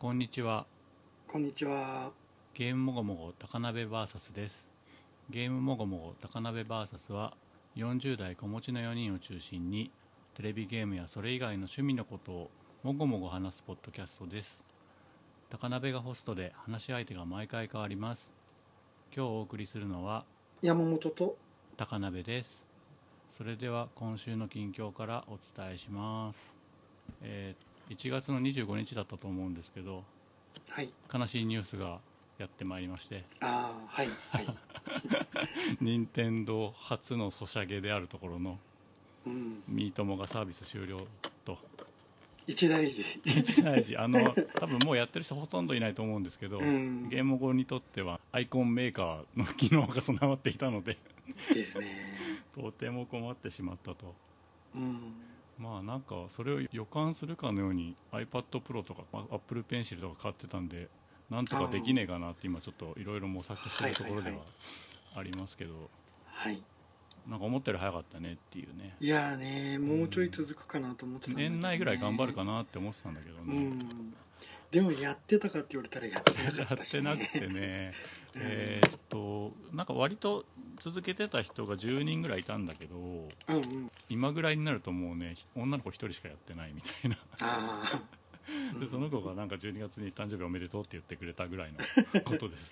こんにちは。 こんにちは。 ゲームもごもご高鍋 VS です。ゲームもごもご高鍋 VS は40代子持ちの4人を中心にテレビゲームやそれ以外の趣味のことをもごもご話すポッドキャストです。高鍋がホストで話し相手が毎回変わります。今日お送りするのは山本と高鍋です。それでは今週の近況からお伝えします。1月の25日だったと思うんですけど、 はい、 悲しいニュースがやってまいりまして、 はい任天堂初のソシャゲであるところのミートモがサービス終了と。 一大事多分もうやってる人ほとんどいないと思うんですけど、ゲーム語にとってはアイコンメーカーの機能が備わっていたのでですねとても困ってしまったと。まあなんかそれを予感するかのように iPad Pro とか Apple Pencil とか買ってたんで、なんとかできねえかなって今ちょっといろいろ模索してるところではありますけど、なんか思ったより早かったねっていうね。 いやね、もうちょい続くかなと思ってたんだけど、ね、 年内ぐらい頑張るかなって思ってたんだけどね。 でもやってたかって言われたらやってなかったし、ね、 やってなくてねなんか割と続けてた人が10人ぐらいいたんだけど、今ぐらいになるともうね女の子1人しかやってないみたいなでその子がなんか12月に誕生日おめでとうって言ってくれたぐらいのことです、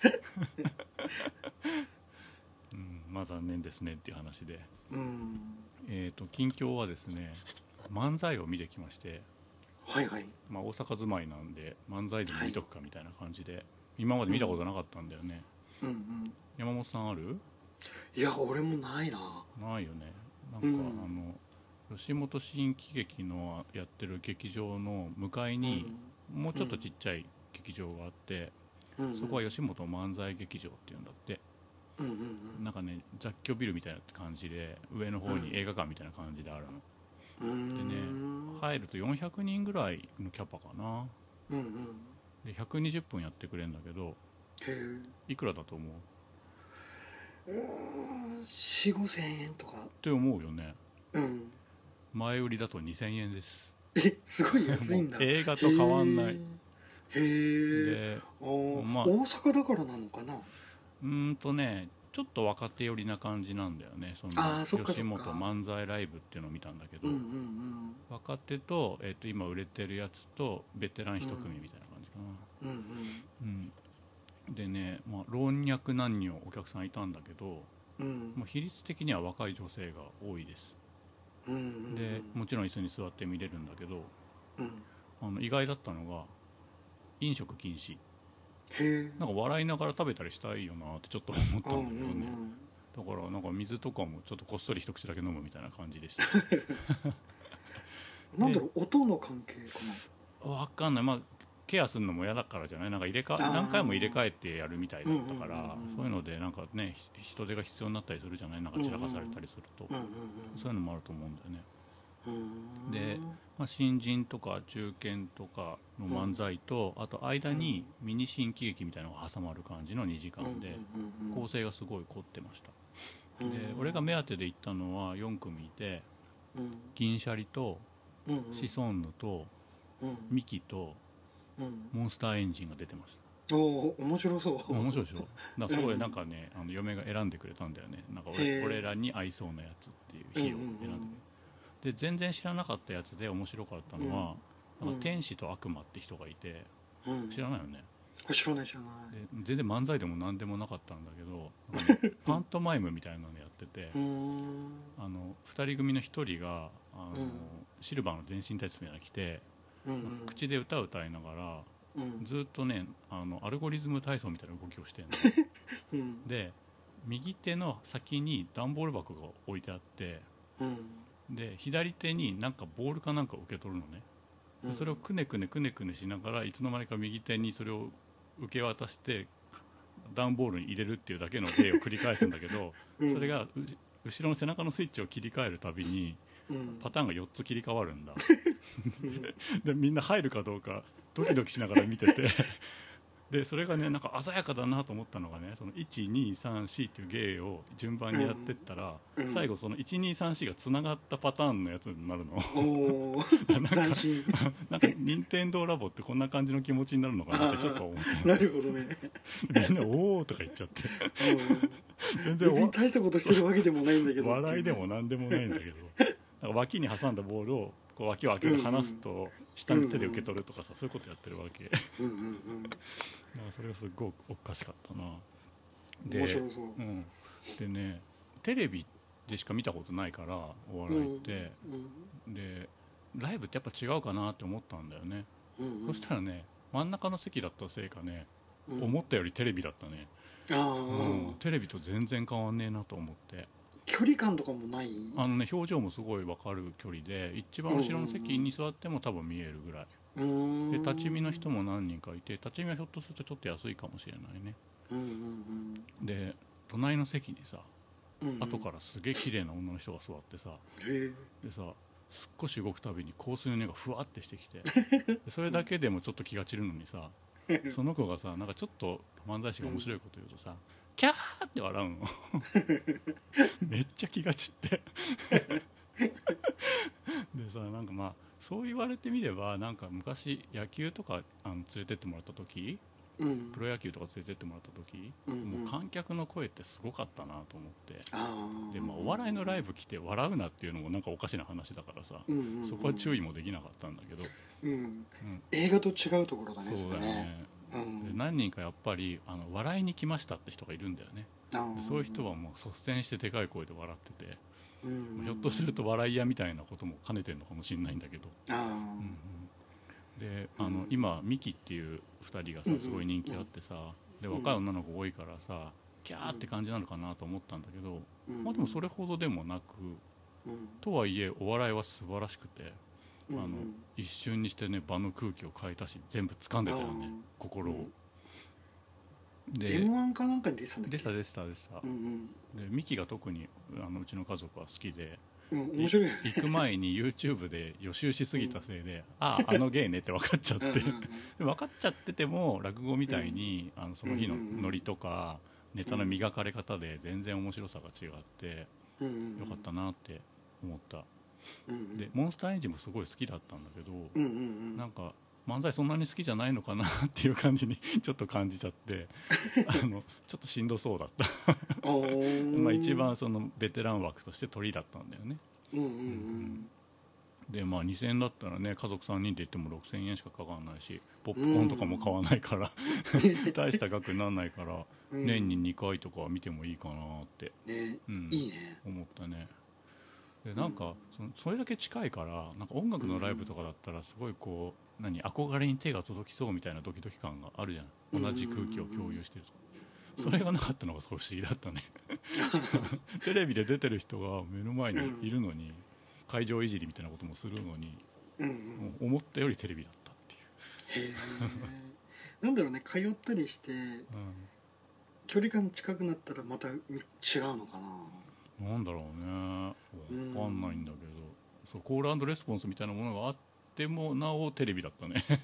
まあ残念ですねっていう話で、近況はですね、漫才を見てきまして、まあ、大阪住まいなんで漫才でも見とくかみたいな感じで、今まで見たことなかったんだよね。山本さんある？ いや俺もないよね。なんか、吉本新喜劇のやってる劇場の向かいに、もうちょっとちっちゃい劇場があって、そこは吉本漫才劇場っていうんだって、なんかね雑居ビルみたいな感じで上の方に映画館みたいな感じであるの、でね入ると400人ぐらいのキャパかな、で120分やってくれるんだけど、いくらだと思う ？4、5千円とかって思うよね。前売りだと2000円です。 すごい安いんだ映画と変わんない。 で、大阪だからなのかな。 ちょっと若手寄りな感じなんだよね。その吉本漫才ライブっていうのを見たんだけど、若手と、今売れてるやつとベテラン一組みたいな感じかな。でね、老若男女お客さんいたんだけど、もう比率的には若い女性が多いです。でもちろん椅子に座って見れるんだけど、意外だったのが飲食禁止。なんか笑いながら食べたりしたいよなってちょっと思ったんだけどね。だからなんか水とかもちょっとこっそり一口だけ飲むみたいな感じでしたなんだろう、音の関係かな。分かんない。ケアするのも嫌だからじゃない。なんか何回も入れ替えてやるみたいだったから、そういうのでなんかね人手が必要になったりするじゃない。なんか散らかされたりすると、そういうのもあると思うんだよね。で、新人とか中堅とかの漫才と、あと間にミニ新喜劇みたいなのが挟まる感じの2時間で、構成がすごい凝ってました。で俺が目当てで行ったのは4組いて、銀シャリとシソンヌとミキとモンスターエンジンが出てました。 面白そう。 面白いでしょ。だからすごいなんかね、嫁が選んでくれたんだよね。なんか俺らに合いそうなやつっていう日を選んでくれた。で全然知らなかったやつで面白かったのは、なんか天使と悪魔って人がいて、知らないよね。 知らない。で全然漫才でも何でもなかったんだけど、パントマイムみたいなのやってて、2人組の1人がシルバーの全身タイツみたいなの着て、口で歌を歌いながら、ずっとねアルゴリズム体操みたいな動きをしてるの、で右手の先に段ボール箱が置いてあって、で左手になんかボールかなんか受け取るのね。でそれをくねくねしながらいつの間にか右手にそれを受け渡して段ボールに入れるっていうだけの芸を繰り返すんだけど、それが後ろの背中のスイッチを切り替えるたびにパターンが4つ切り替わるんだでみんな入るかどうかドキドキしながら見ててでそれがねなんか鮮やかだなと思ったのがね、その1234っていう芸を順番にやってったら、最後その1234がつながったパターンのやつになるの。 おなんか斬新。 なんか任天堂ラボってこんな感じの気持ちになるのかなってちょっと思ってなるほどね。 みんなおーとか言っちゃって全然別に大したことしてるわけでもないんだけど、 笑いでも何でもないんだけどなんか脇に挟んだボールをこう脇を開けて離すと下の手で受け取るとかさ、そういうことやってるわけだからそれがすごいおかしかったな。で面白そう、 でねテレビでしか見たことないからお笑いって、でライブってやっぱ違うかなって思ったんだよね、そしたらね真ん中の席だったせいかね、思ったよりテレビだったね。テレビと全然変わんねえなと思って、 距離感とかもない、 表情もすごい分かる距離で、一番後ろの席に座っても多分見えるぐらいで、立ち見の人も何人かいて、立ち見はひょっとするとちょっと安いかもしれないね。で隣の席にさ、後からすげえ綺麗な女の人が座ってさ、でさ少し動くたびに香水の匂いがふわってしてきてそれだけでもちょっと気が散るのにさその子がさなんかちょっと漫才師が面白いこと言うとさ、キャーって笑うのめっちゃ気が散ってでさ、なんかまあそう言われてみれば、なんか昔野球とか連れてってもらった時、プロ野球とか連れてってもらった時、もう観客の声ってすごかったなと思って、で、まあ、お笑いのライブ来て笑うなっていうのもなんかおかしな話だからさ、そこは注意もできなかったんだけど、 映画と違うところだね。 そうだね、で何人かやっぱり笑いに来ましたって人がいるんだよね。でそういう人はもう率先してでかい声で笑ってて、ひょっとすると笑い屋みたいなことも兼ねてるのかもしれないんだけど、で今ミキっていう2人がさすごい人気あってさ、で若い女の子多いからさキャーって感じなのかなと思ったんだけど、まあでもそれほどでもなく、とはいえお笑いは素晴らしくて、一瞬にしてね場の空気を変えたし全部掴んでたよね、心を。 で M1 かなんかに出てたんだっけ。 出たでミキが特にうちの家族は好きで、 面白い行く前に YouTube で予習しすぎたせいで、あの芸ねって分かっちゃってで分かっちゃってても落語みたいにその日のノリとかネタの磨かれ方で全然面白さが違ってよかったなって思った。でモンスターエンジンもすごい好きだったんだけど、なんか漫才そんなに好きじゃないのかなっていう感じにちょっと感じちゃってちょっとしんどそうだったまあ一番そのベテラン枠として鳥だったんだよね。でまあ2000円だったらね、家族3人で行っても6000円しかかかんないし、ポップコーンとかも買わないから大した額にならないから、年に2回とかは見てもいいかなって、 いいね思ったね。でなんかそれだけ近いから、なんか音楽のライブとかだったらすごいこう憧れに手が届きそうみたいなドキドキ感があるじゃん、同じ空気を共有してると。それがなかったのがすごい不思議だったねテレビで出てる人が目の前にいるのに、会場いじりみたいなこともするのに、思ったよりテレビだったっていう。 なんだろうね、通ったりして、距離感近くなったらまた違うのかな。 なんだろうね、分かんないんだけど、そうコール&レスポンスみたいなものがあってもなおテレビだったね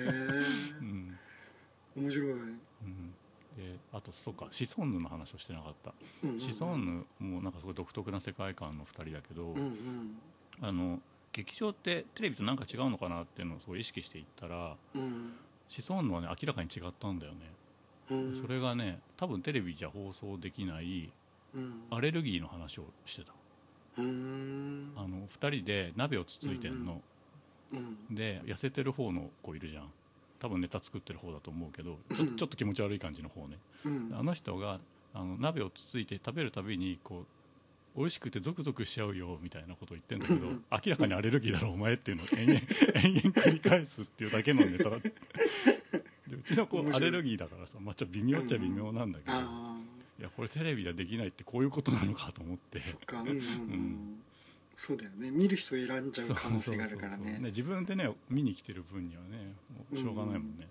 面白い。 であとそうか、シソンヌの話をしてなかった。シソンヌもなんかすごい独特な世界観の2人だけど、劇場ってテレビとなんか違うのかなっていうのをすごい意識していったら、シソンヌはね明らかに違ったんだよね。それがね、多分テレビじゃ放送できないアレルギーの話をしてた。2人で鍋をつついてんの、で痩せてる方の子いるじゃん、多分ネタ作ってる方だと思うけど、ちょっと気持ち悪い感じの方ね、あの人が鍋をつついて食べるたびにこう美味しくてゾクゾクしちゃうよみたいなことを言ってんだけど明らかにアレルギーだろお前っていうのを延々繰り返すっていうだけのネタだでうちの子アレルギーだからさ、まあ、ちょっと微妙っちゃ微妙なんだけど、いやこれテレビではできないってこういうことなのかと思って。そっか、 そうだよね、見る人選んじゃう可能性があるからね。 自分でね見に来てる分にはねもうしょうがないもんね。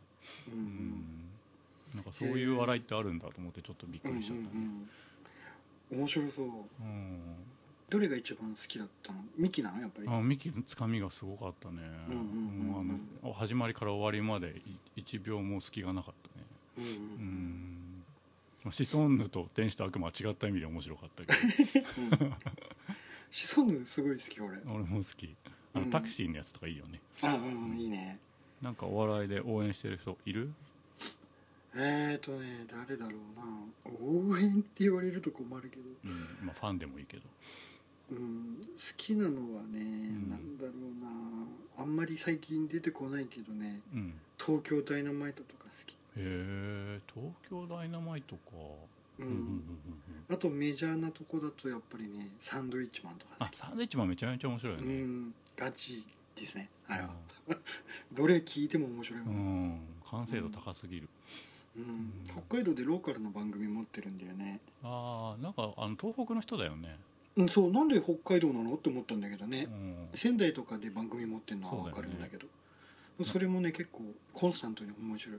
なんかそういう笑いってあるんだと思ってちょっとびっくりしちゃったね。 面白そう。どれが一番好きだったの？ミキなのやっぱり。 ミキのつかみがすごかったね。始まりから終わりまで1秒も隙がなかったね。 シソンヌと天使と悪魔は違った意味で面白かったけど、 シソンヌすごい好き俺も好き。タクシーのやつとかいいよね。 いいね。 なんかお笑いで応援してる人いる？ 誰だろうな。応援って言われると困るけど、 ファンでもいいけど、 好きなのはね、なんだろうな、あんまり最近出てこないけどね、東京ダイナマイトとか好き。 へえ、東京ダイナマイトか。 あとメジャーなとこだとやっぱりね、サンドイッチマンとか好き。 サンドイッチマンめちゃめちゃ面白いよね。 ガチですねあれは。どれ聞いても面白いもん。 完成度高すぎる。 北海道でローカルの番組持ってるんだよね。 なんか東北の人だよね。 そう、なんで北海道なのって思ったんだけどね、仙台とかで番組持ってるのは分かるんだけど、それもね結構コンスタントに面白い。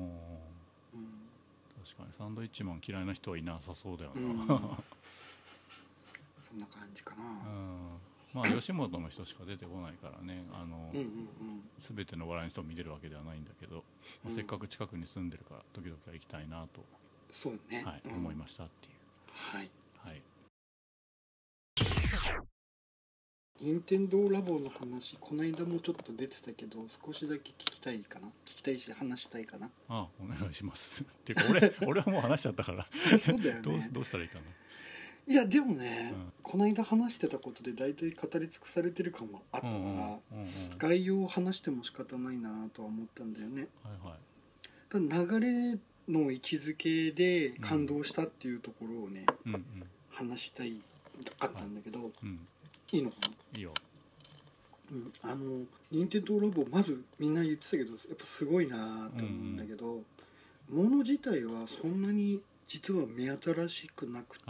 確かにサンドイッチマン嫌いな人はいなさそうだよな。 そんな感じかな。 吉本の人しか出てこないからね、全ての笑いの人を見れるわけではないんだけど、せっかく近くに住んでるから時々は行きたいなと、 そうね、 思いましたっていう。任天堂ラボの話、この間もちょっと出てたけど、少しだけ聞きたいし話したいかな。 お願いしますっていうか俺はもう話しちゃったからそうだよねどうしたらいいかな。 いやでもね、この間話してたことで大体語り尽くされてる感はあったから、概要を話しても仕方ないなとは思ったんだよね。ただ流れの位置づけで感動したっていうところをね、話したいかったんだけど、いいのかな。 いいよ。 任天堂ラボまずみんな言ってたけどやっぱすごいなと思うんだけど、もの自体はそんなに実は目新しくなくって、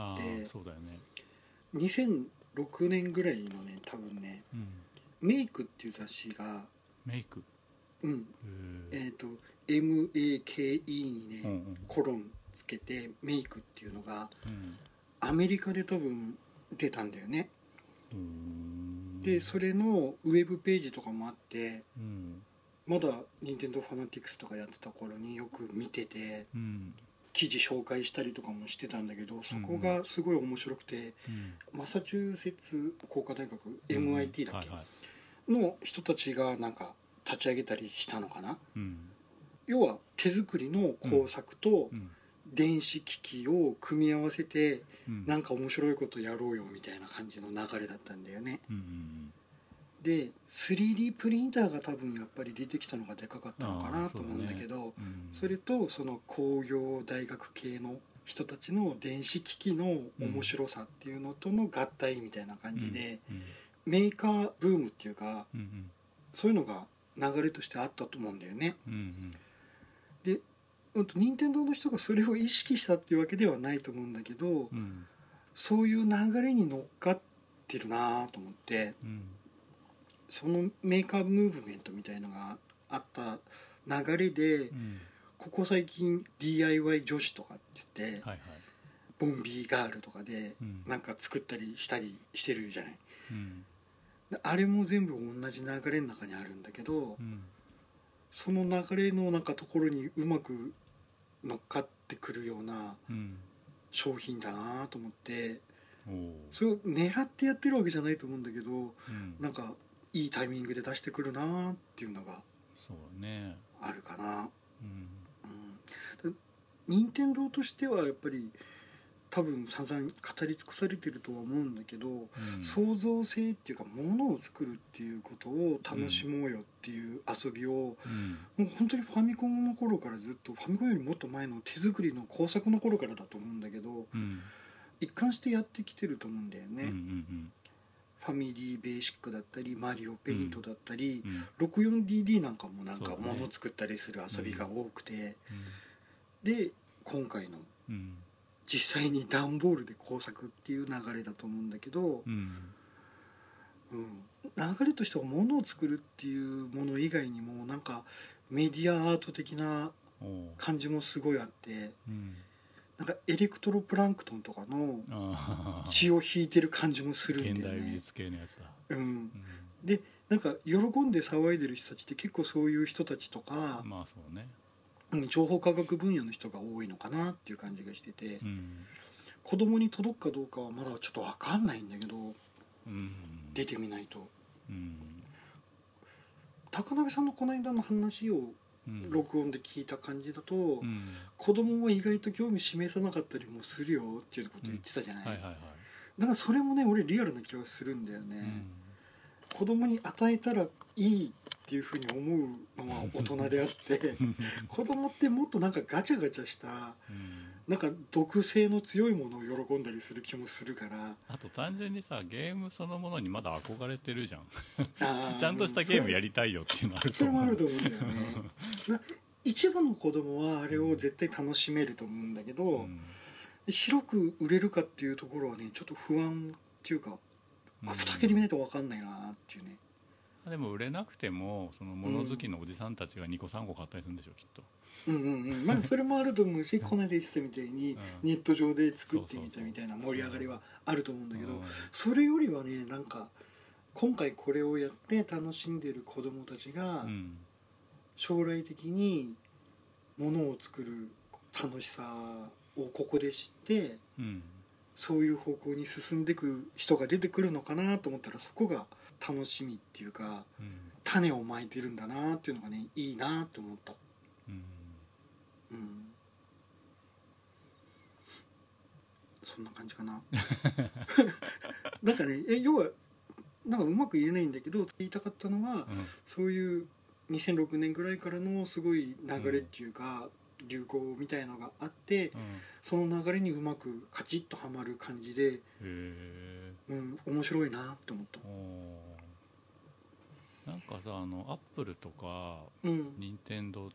そうだよね。 2006年ぐらいのね多分ね、メイクっていう雑誌がメイク MAKE にね、コロンつけてメイクっていうのが、アメリカで多分出たんだよね。でそれのウェブページとかもあって、まだ任天堂ファナティクスとかやってた頃によく見てて、記事紹介したりとかもしてたんだけど、そこがすごい面白くて、マサチューセッツ工科大学 MIT だっけ、の人たちがなんか立ち上げたりしたのかな。要は手作りの工作と電子機器を組み合わせて、なんか面白いことやろうよみたいな感じの流れだったんだよね。で 3D プリンターが多分やっぱり出てきたのがでかかったのかなと思うんだけど、それとその工業大学系の人たちの電子機器の面白さっていうのとの合体みたいな感じで、メーカーブームっていうか、そういうのが流れとしてあったと思うんだよね。で任天堂の人がそれを意識したっていうわけではないと思うんだけど、そういう流れに乗っかってるなと思って、そのメーカームーブメントみたいのがあった流れで、ここ最近 DIY 女子とかって言って、ボンビーガールとかでなんか作ったりしたりしてるじゃない。あれも全部同じ流れの中にあるんだけど、その流れのなんかところにうまく乗っかってくるような商品だなと思って、それを狙ってやってるわけじゃないと思うんだけど、なんかいいタイミングで出してくるなっていうのがあるかな。任天堂としてはやっぱり多分散々語り尽くされてるとは思うんだけど、創造性っていうかものを作るっていうことを楽しもうよっていう遊びを、もう本当にファミコンの頃からずっと、ファミコンよりもっと前の手作りの工作の頃からだと思うんだけど、一貫してやってきてると思うんだよね。ファミリーベーシックだったりマリオペイントだったり、64DD なんかもなんかもの作ったりする遊びが多くて、で今回の実際に段ボールで工作っていう流れだと思うんだけど、流れとしてはものを作るっていうもの以外にもなんかメディアアート的な感じもすごいあって、なんかエレクトロプランクトンとかの血を引いてる感じもするんだよね。 現代美術系のやつだ。 でなんか喜んで騒いでる人たちって結構そういう人たちとか、 情報科学分野の人が多いのかなっていう感じがしてて、 うん、 子供に届くかどうかはまだちょっと分かんないんだけど、 うん、 出てみないと。 うん、 高鍋さんのこの間の話を録音で聞いた感じだと、 うん、 子供は意外と興味示さなかったりもするよっていうこと言ってたじゃない、 はいはいはい、 だからそれもね俺リアルな気はするんだよね、子供に与えたらいいっていうふうに思うのは大人であって子供ってもっとなんかガチャガチャしたなんか毒性の強いものを喜んだりする気もするから、 あと単純にさゲームそのものにまだ憧れてるじゃんちゃんとしたゲームやりたいよっていうのあるとそれ思う。 もあると思うんだよね一部の子供はあれを絶対楽しめると思うんだけど、 うん、 広く売れるかっていうところはねちょっと不安っていうか、蓋開けてみないと分かんないなっていうね。 でも売れなくてもその物好きのおじさんたちが2個3個買ったりするんでしょきっと。 まあそれもあると思うしこの間言ってたみたいにネット上で作ってみたみたいな盛り上がりはあると思うんだけど、それよりはねなんか今回これをやって楽しんでる子どもたちが将来的にものを作る楽しさをここで知って、そういう方向に進んでいく人が出てくるのかなと思ったらそこが楽しみっていうか、種をまいてるんだなっていうのがねいいなと思った。そんな感じかななんかね要はなんかうまく言えないんだけど言いたかったのは、そういう2006年ぐらいからのすごい流れっていうか、流行みたいのがあって、その流れにうまくカチッとはまる感じで、面白いなって思った。 なんかさアップルとか任天堂って、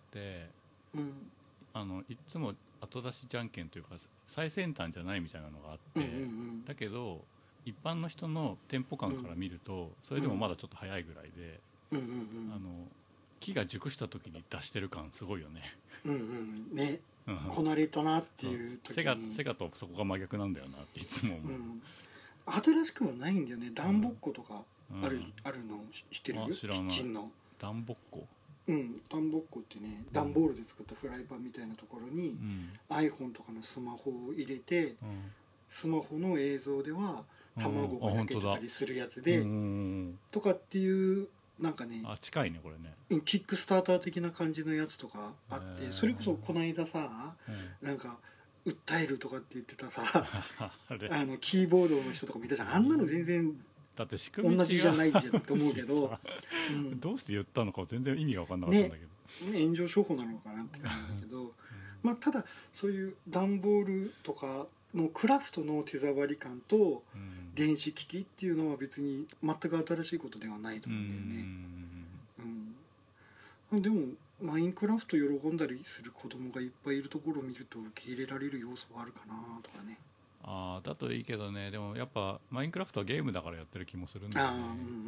いつも後出しじゃんけんというか最先端じゃないみたいなのがあって、だけど一般の人のテンポ感から見ると、それでもまだちょっと早いぐらいで、木が熟した時に出してる感すごいよね。 ね、こなれたなっていう時にセガとそこが真逆なんだよなっていつも思う。 新しくはないんだよね。ダンボッコとかあるの知ってる？ 知らない。 キッチンのダンボッコ？ ダンボッコってね、段ボールで作ったフライパンみたいなところに、iPhone とかのスマホを入れて、スマホの映像では卵が焼けてたりするやつで、とかっていうなんかね、 近いねこれね。 キックスターター的な感じのやつとかあって、それこそこの間さ、なんか訴えるとかって言ってたさキーボードの人とか見たじゃん。あんなの全然だって仕組み同じじゃないじゃんと思うけどどうして言ったのか全然意味が分かんなかったんだけど、 炎上商法なのかなって感じだけどまあただそういう段ボールとかのクラフトの手触り感と電子機器っていうのは別に全く新しいことではないと思うんだよね。でもマインクラフト喜んだりする子供がいっぱいいるところを見ると受け入れられる要素はあるかなとかね。 だといいけどね。でもやっぱマインクラフトはゲームだからやってる気もするんだよね。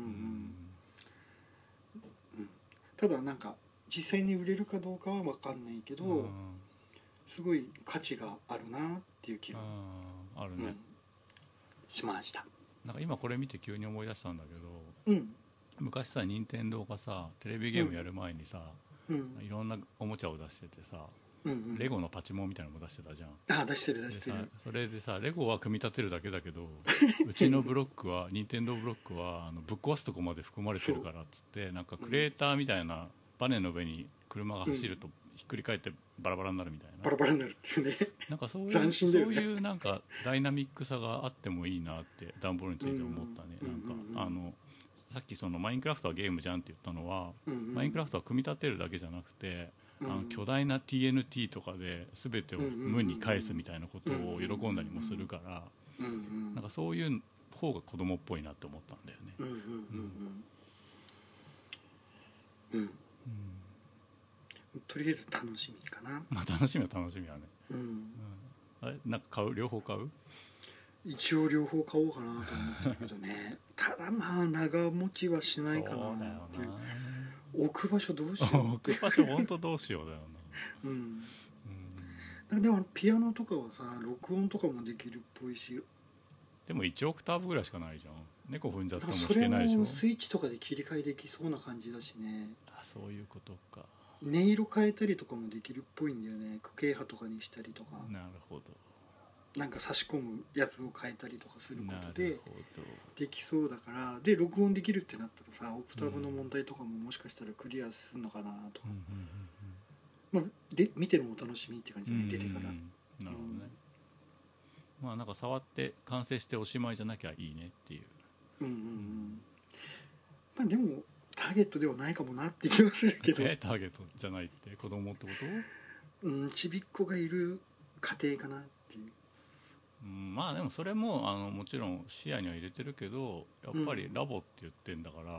ただなんか実際に売れるかどうかは分かんないけど、すごい価値があるなっていう気があるね、 しました。 なんか今これ見て急に思い出したんだけど、昔さ任天堂がさテレビゲームやる前にさ、いろんなおもちゃを出しててさ、レゴのパチモンみたいなのも出してたじゃん。 出してる。 それでさレゴは組み立てるだけだけどうちのブロックは任天堂ブロックはぶっ壊すとこまで含まれてるからっつって、なんかクレーターみたいなバネの上に車が走るとひっくり返ってバラバラになるみたいな、 バラバラになるっていうね。 なんかそういう斬新だよね。 そういうなんかダイナミックさがあってもいいなってダンボールについて思ったね。なんかさっきそのマインクラフトはゲームじゃんって言ったのは、マインクラフトは組み立てるだけじゃなくて巨大な TNT とかで全てを無に返すみたいなことを喜んだりもするから、なんかそういう方が子供っぽいなって思ったんだよね。 とりあえず楽しみかな。 まあ楽しみはね。あれなんか両方買う？ 一応両方買おうかなと思ってるけどねただまあ長持ちはしないかなっていう。置く場所どうしよう。 置く場所本当どうしようだよな。でもピアノとかはさ録音とかもできるっぽいし。 でも1オクターブぐらいしかないじゃん。猫踏んじゃっても弾けないでしょ。 それもスイッチとかで切り替えできそうな感じだしね。 そういうことか。 音色変えたりとかもできるっぽいんだよね。区形波とかにしたりとか、 なるほど。 なんか差し込むやつを変えたりとかすることでなるほど。 できそうだから、で録音できるってなったらさ、オクターブの問題とかももしかしたらクリアするのかなとか、まあ、で見てるのもお楽しみって感じだね、出てから。なるほどね。まあなんか触って完成しておしまいじゃなきゃいいねっていう。 まあでもターゲットではないかもなって気はするけど。 ターゲットじゃないって子供ってこと？ ちびっ子がいる家庭かなっていう。 まあでもそれももちろん視野には入れてるけど、やっぱりラボって言ってんだから、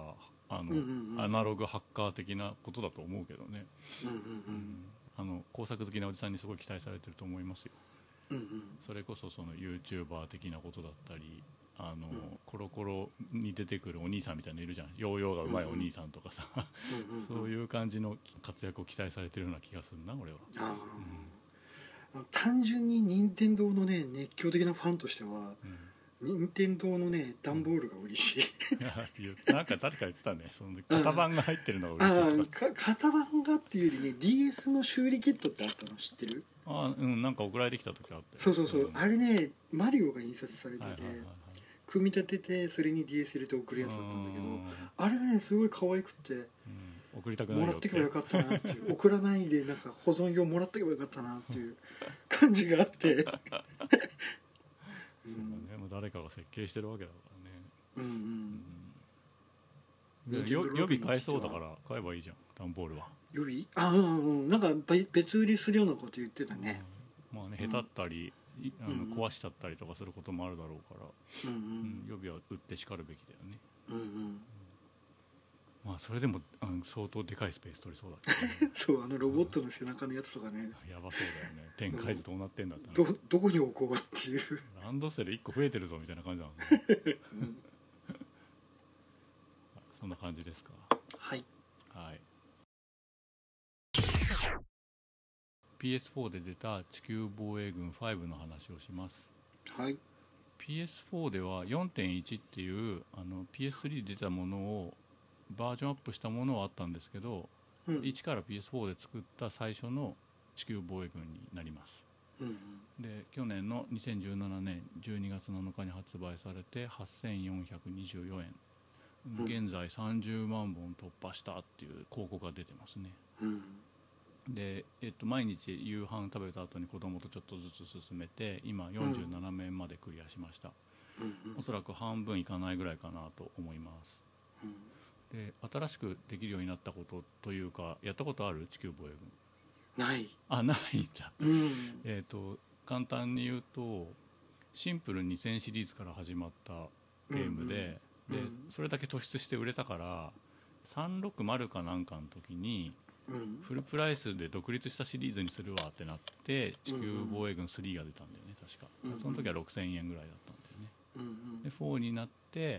アナログハッカー的なことだと思うけどね。工作好きなおじさんにすごい期待されてると思いますよ。それこそその YouTuber 的なことだったり、コロコロに出てくるお兄さんみたいなのいるじゃん、ヨーヨーがうまいお兄さんとかさ、そういう感じの活躍を期待されてるような気がするな俺は。 単純に任天堂のね熱狂的なファンとしては、任天堂のね段ボールが嬉しい。 なんか誰か言ってたね、その型番が入ってるのが嬉しいとか。 型番がっていうよりね DS の修理キットってあったの知ってる？ なんか送られてきた時あって。 そう、あれねマリオが印刷されてて、組み立ててそれに DS 入れて送るやつだったんだけど、あれがねすごい可愛くて、 送りたくないよって、 もらってけばよかったなっていう送らないでなんか保存用もらってけばよかったなっていう感じがあってそうだね、 もう誰かが設計してるわけだからね。予備買えそうだから買えばいいじゃん、段ボールは。 予備？なんか別売りするようなこと言ってたね。 まあね、下手ったり壊しちゃったりとかすることもあるだろうから、予備は売ってしかるべきだよね。まあそれでも相当でかいスペース取りそうだけど、ね、 そうロボットの背中のやつとかね、 やばそうだよね。展開図どうなってんだって、 どこに置こうっていう、 ランドセル1個増えてるぞみたいな感じなのね。そんな感じですか。 はい、 PS4 で出た地球防衛軍5の話をします。PS4 では 4.1 っていうPS3 で出たものをバージョンアップしたものはあったんですけど、1から PS4 で作った最初の地球防衛軍になります。で去年の2017年12月7日に発売されて8424円、現在30万本突破したっていう広告が出てますね。で、毎日夕飯食べた後に子供とちょっとずつ進めて今47面までクリアしました。おそらく半分いかないぐらいかなと思います。で新しくできるようになったことというか、やったことある？地球防衛軍。 ない。 ないんだ。簡単に言うとシンプル2000シリーズから始まったゲームで、それだけ突出して売れたから360かなんかの時にフルプライスで独立したシリーズにするわってなって地球防衛軍3が出たんだよね確か。その時は6000円ぐらいだったんだよね。で4になって、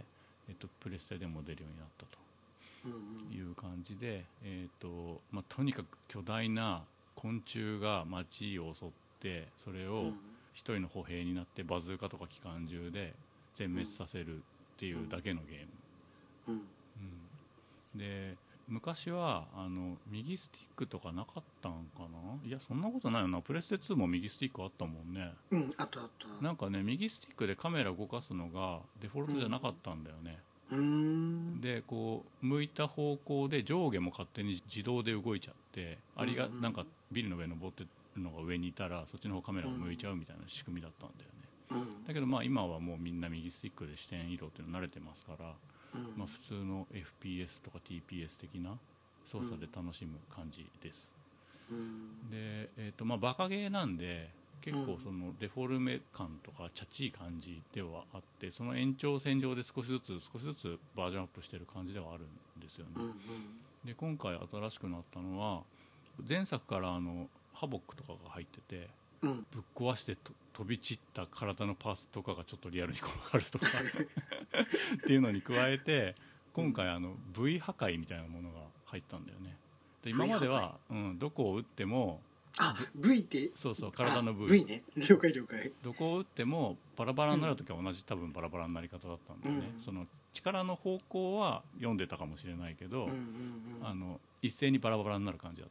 プレステでも出るようになったという感じで、とにかく巨大な昆虫が街を襲ってそれを一人の歩兵になってバズーカとか機関銃で全滅させるっていうだけのゲーム。で昔は右スティックとかなかったんかな。いやそんなことないよな。プレステ2も右スティックあったもんね。 あったあった。 なんかね右スティックでカメラ動かすのがデフォルトじゃなかったんだよね。でこう向いた方向で上下も勝手に自動で動いちゃって、あれがなんかビルの上登ってるのが上にいたらそっちの方カメラが向いちゃうみたいな仕組みだったんだよね。だけど今はもうみんな右スティックで視点移動っていうの慣れてますから、普通の FPS とか TPS 的な操作で楽しむ感じです。でバカゲーなんで結構そのデフォルメ感とかチャチい感じではあって、その延長線上で少しずつバージョンアップしてる感じではあるんですよね。で今回新しくなったのは前作からハボックとかが入ってて、ぶっ壊して飛び散った体のパーツとかがちょっとリアルに転がるとかっていうのに加えて今回V 破壊みたいなものが入ったんだよね。で今までは、どこを撃っても V ってそう体の V ね。了解どこを撃ってもバラバラになるときは同じ多分バラバラになり方だったんだよね。その力の方向は読んでたかもしれないけど、一斉にバラバラになる感じだった。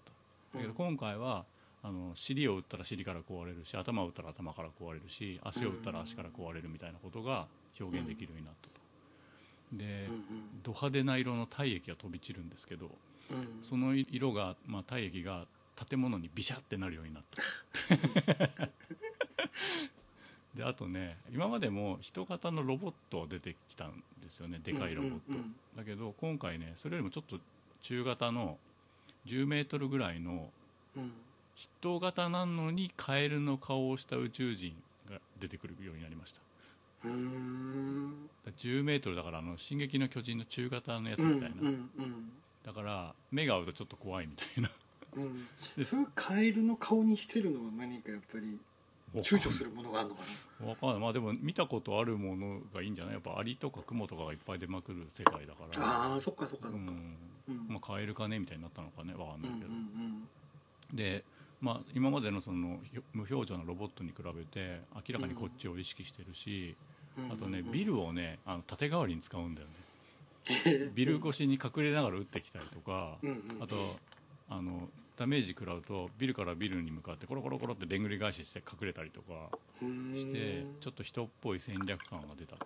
だけど今回は尻を打ったら尻から壊れるし、頭を打ったら頭から壊れるし、足を打ったら足から壊れるみたいなことが表現できるようになったと。で、ド派手な色の体液が飛び散るんですけど、その色が、体液が建物にビシャってなるようになったで、あとね、今までも人型のロボット出てきたんですよね、でかいロボット、だけど今回ね、それよりもちょっと中型の10メートルぐらいの人型なのにカエルの顔をした宇宙人が出てくるようになりました。10メートルだから進撃の巨人の中型のやつみたいな、だから目が合うとちょっと怖いみたいなそれカエルの顔にしてるのは何かやっぱり躊躇するものがあるのかな。 分かんない、でも見たことあるものがいいんじゃない。やっぱアリとかクモとかがいっぱい出まくる世界だから、 ああそっかそっかそっか、 カエルかねみたいになったのかね、分かんないけど、で今までのその無表情のロボットに比べて明らかにこっちを意識してるし、あとね、ビルをね盾代わりに使うんだよねビル越しに隠れながら撃ってきたりとか、あとダメージ食らうとビルからビルに向かってコロコロコロってでんぐり返しして隠れたりとかしてちょっと人っぽい戦略感が出たと。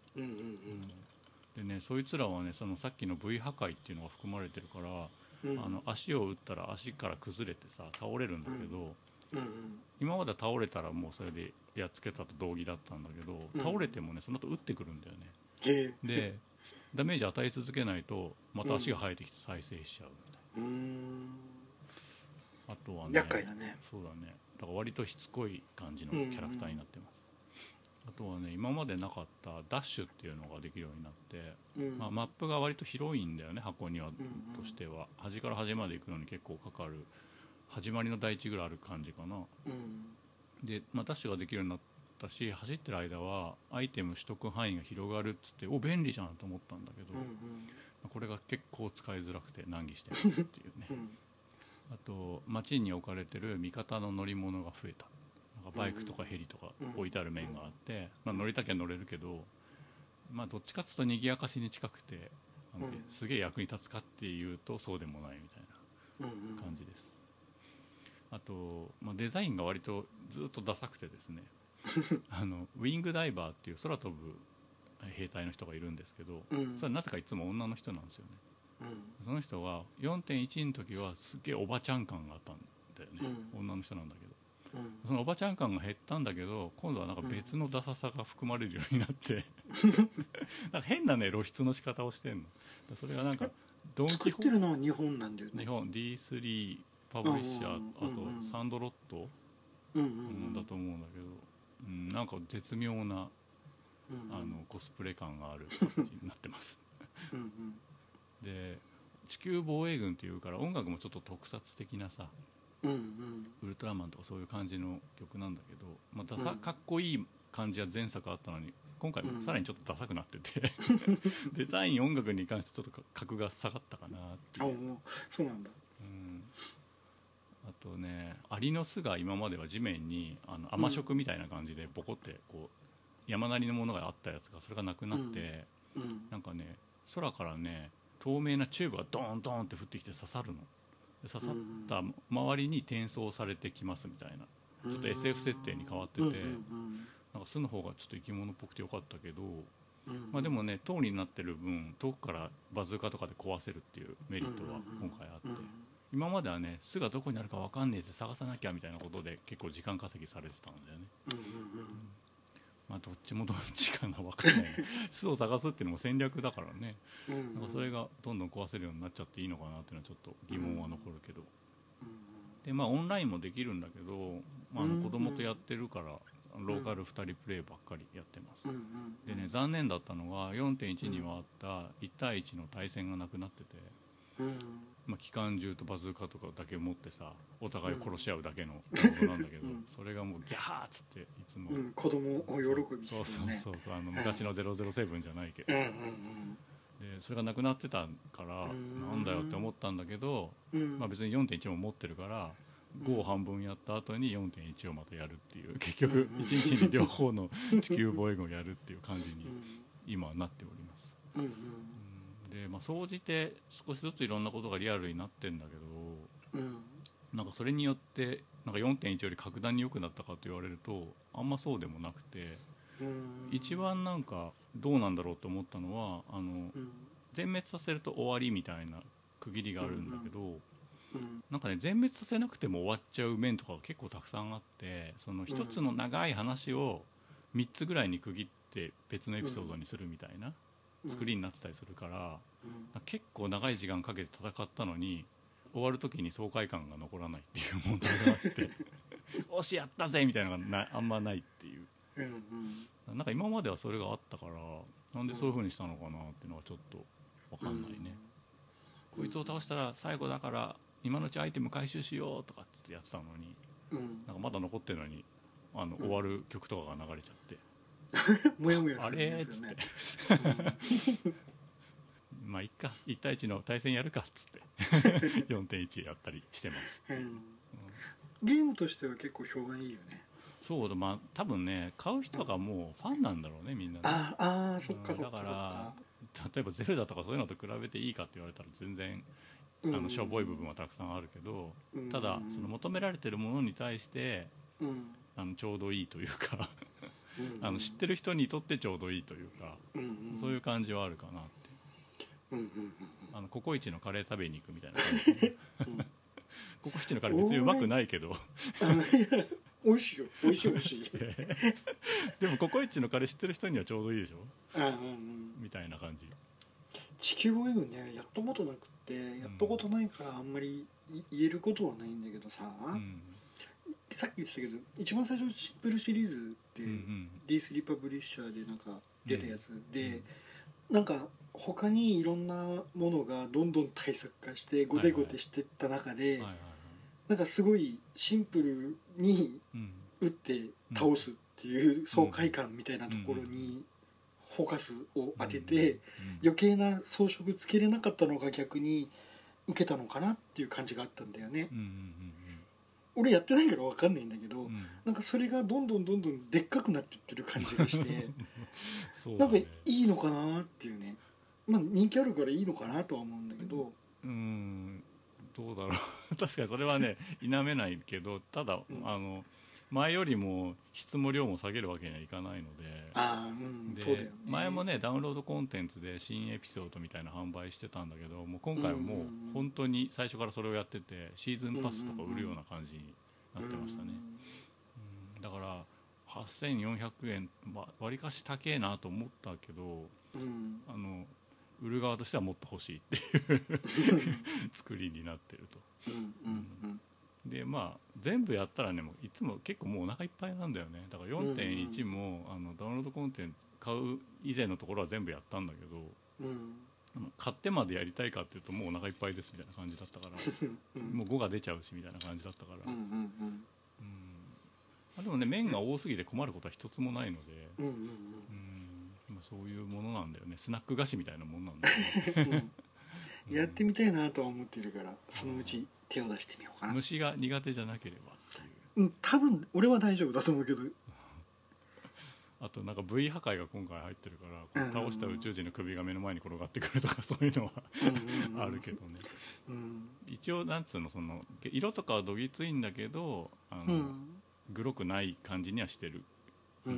でね、そいつらはね、そのさっきの V 破壊っていうのが含まれてるから、足を打ったら足から崩れてさ倒れるんだけど、今まで倒れたらもうそれでやっつけたと同義だったんだけど、倒れてもねその後打ってくるんだよね。でダメージ与え続けないとまた足が生えてきて再生しちゃうみたいな。あとはね、 厄介だね。 そうだね、だから割としつこい感じのキャラクターになってます。あとはね、今までなかったダッシュっていうのができるようになって、マップが割と広いんだよね、箱庭としては。端から端まで行くのに結構かかる、始まりの第一ぐらいある感じかな。で、ダッシュができるようになったし、走ってる間はアイテム取得範囲が広がるっつって、便利じゃんと思ったんだけど、これが結構使いづらくて難儀してますっていうねあと街に置かれてる味方の乗り物が増えた。なんかバイクとかヘリとか置いてある面があって、乗りたきゃ乗れるけど、どっちかっていうと賑やかしに近くて、すげえ役に立つかっていうとそうでもないみたいな感じです。あと、デザインが割とずっとダサくてですねウィングダイバーっていう空飛ぶ兵隊の人がいるんですけど、それはなぜかいつも女の人なんですよね。その人は 4.1 の時はすげえおばちゃん感があったんだよね、女の人なんだけど、そのおばちゃん感が減ったんだけど、今度はなんか別のダサさが含まれるようになってなんか変なね露出の仕方をしてんの。それがなんかドンキホーテ作ってるのは日本なんだよね。 日本 D3 パブリッシャー、あとサンドロットだと思うんだけど、なんか絶妙なコスプレ感がある感じになってますで、地球防衛軍っていうから音楽もちょっと特撮的なさ、ウルトラマンとかそういう感じの曲なんだけど、かっこいい感じは前作あったのに、今回さらにちょっとダサくなっててデザイン音楽に関してちょっと格が下がったかなっていう。 そうなんだ。 あとね、アリの巣が今までは地面に甘食みたいな感じでボコってこう山なりのものがあったやつが、それがなくなって、なんかね空からね透明なチューブがドーンドーンって降ってきて刺さるの。刺さった周りに転送されてきますみたいな、ちょっと SF 設定に変わってて、なんか巣の方がちょっと生き物っぽくてよかったけど、でもね塔になってる分遠くからバズーカとかで壊せるっていうメリットは今回あって、今まではね巣がどこにあるか分かんねえぜ探さなきゃみたいなことで結構時間稼ぎされてたんだよね。どっちもどっちかな分かんない巣を探すっていうのも戦略だからね、なんかそれがどんどん壊せるようになっちゃっていいのかなっていうのはちょっと疑問は残るけど、でオンラインもできるんだけど、子供とやってるからローカル2人プレイばっかりやってます。でね、残念だったのが 4.1 にはあった1対1の対戦がなくなってて、機関銃とバズーカとかだけ持ってさお互い殺し合うだけのものなんだけど、それがもうギャーっつっていつも、 子供を喜びしてるね。 そう昔の007じゃないけど、でそれがなくなってたからなんだよって思ったんだけど、別に 4.1 も持ってるから5を半分やった後に 4.1 をまたやるっていう、結局1日に両方の地球防衛軍をやるっていう感じに今はなっております。で総じて少しずついろんなことがリアルになってんだけど、 なんかそれによってなんか 4.1 より格段に良くなったかと言われるとあんまそうでもなくて、一番なんかどうなんだろうと思ったのは全滅させると終わりみたいな区切りがあるんだけど、なんかね全滅させなくても終わっちゃう面とかが結構たくさんあって、その一つの長い話を3つぐらいに区切って別のエピソードにするみたいな作りになってたりするから、結構長い時間かけて戦ったのに終わる時に爽快感が残らないっていう問題があっておしやったぜみたいなのがあんまないっていう、なんか今まではそれがあったからなんでそういう風にしたのかなっていうのがちょっと分かんないね、こいつを倒したら最後だから今のうちアイテム回収しようとかってやってたのに、なんかまだ残ってるのに終わる曲とかが流れちゃってもやもやするんですよね。あれっつってまあいっか1対1の対戦やるかっつって4.1 やったりしてます、 ゲームとしては結構評判いいよね。 そうだ、まあ多分ね買う人がもうファンなんだろうねみんなね。 ああそっかそっか。 だから例えばゼルダとかそういうのと比べていいかって言われたら全然しょぼい部分はたくさんあるけど、ただその求められてるものに対してちょうどいいというか知ってる人にとってちょうどいいというか、そういう感じはあるかなって。ココイチのカレー食べに行くみたいな感じココイチのカレー別にうまくないけど美味しいよ、美味しい美味しいでもココイチのカレー知ってる人にはちょうどいいでしょ、みたいな感じ。 地球防衛軍ねやったことなくってやったことないからあんまり言えることはないんだけどさ、さっき言ってたけど一番最初シンプルシリーズって、D3 パブリッシャーでなんか出たやつで、なんか他にいろんなものがどんどん対策化してゴテゴテしていった中で、なんかすごいシンプルに打って倒すっていう爽快感みたいなところにフォーカスを当てて、余計な装飾つけれなかったのが逆に受けたのかなっていう感じがあったんだよね。俺やってないから分かんないんだけど、なんかそれがどんどんでっかくなっていってる感じがしてなんかいいのかなっていうね。まあ人気あるからいいのかなとは思うんだけど、 どうだろう確かにそれはね否めないけど、ただ、前よりも質も量も下げるわけにはいかないので、 そうだよね。 前もねダウンロードコンテンツで新エピソードみたいな販売してたんだけど、もう今回はもう本当に最初からそれをやっててシーズンパスとか売るような感じになってましたね。だから8400円わりかし高えなと思ったけど、売る側としてはもっと欲しいっていう作りになってると。でまあ全部やったらねもういつも結構もうお腹いっぱいなんだよね。だから 4.1 もダウンロードコンテンツ買う以前のところは全部やったんだけど、買ってまでやりたいかっていうともうお腹いっぱいですみたいな感じだったからもう5が出ちゃうしみたいな感じだったから、でもね麺が多すぎて困ることは一つもないので、そういうものなんだよね。スナック菓子みたいなもんなんだよねやってみたいなとは思ってるからそのうち手を出してみようかな。 虫が苦手じゃなければっていう、 多分俺は大丈夫だと思うけどあとなんか V 破壊が今回入ってるから、倒した宇宙人の首が目の前に転がってくるとかそういうのはあるけどね、一応なんつうの、その色とかはどぎついんだけどグロくない感じにはしてるかな。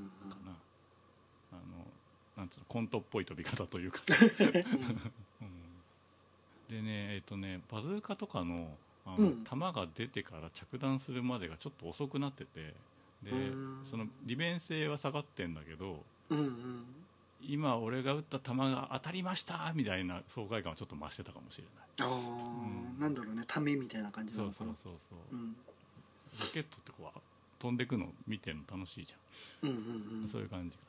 なんつうのコントっぽい飛び方というかさでねバズーカとかの弾が出てから着弾するまでがちょっと遅くなってて、でその利便性は下がってんだけど、今俺が撃った弾が当たりましたみたいな爽快感はちょっと増してたかもしれない。 なんだろうね、ためみたいな感じなのかな。 そう、ロケットってこう飛んでくの見てるの楽しいじゃん、そういう感じか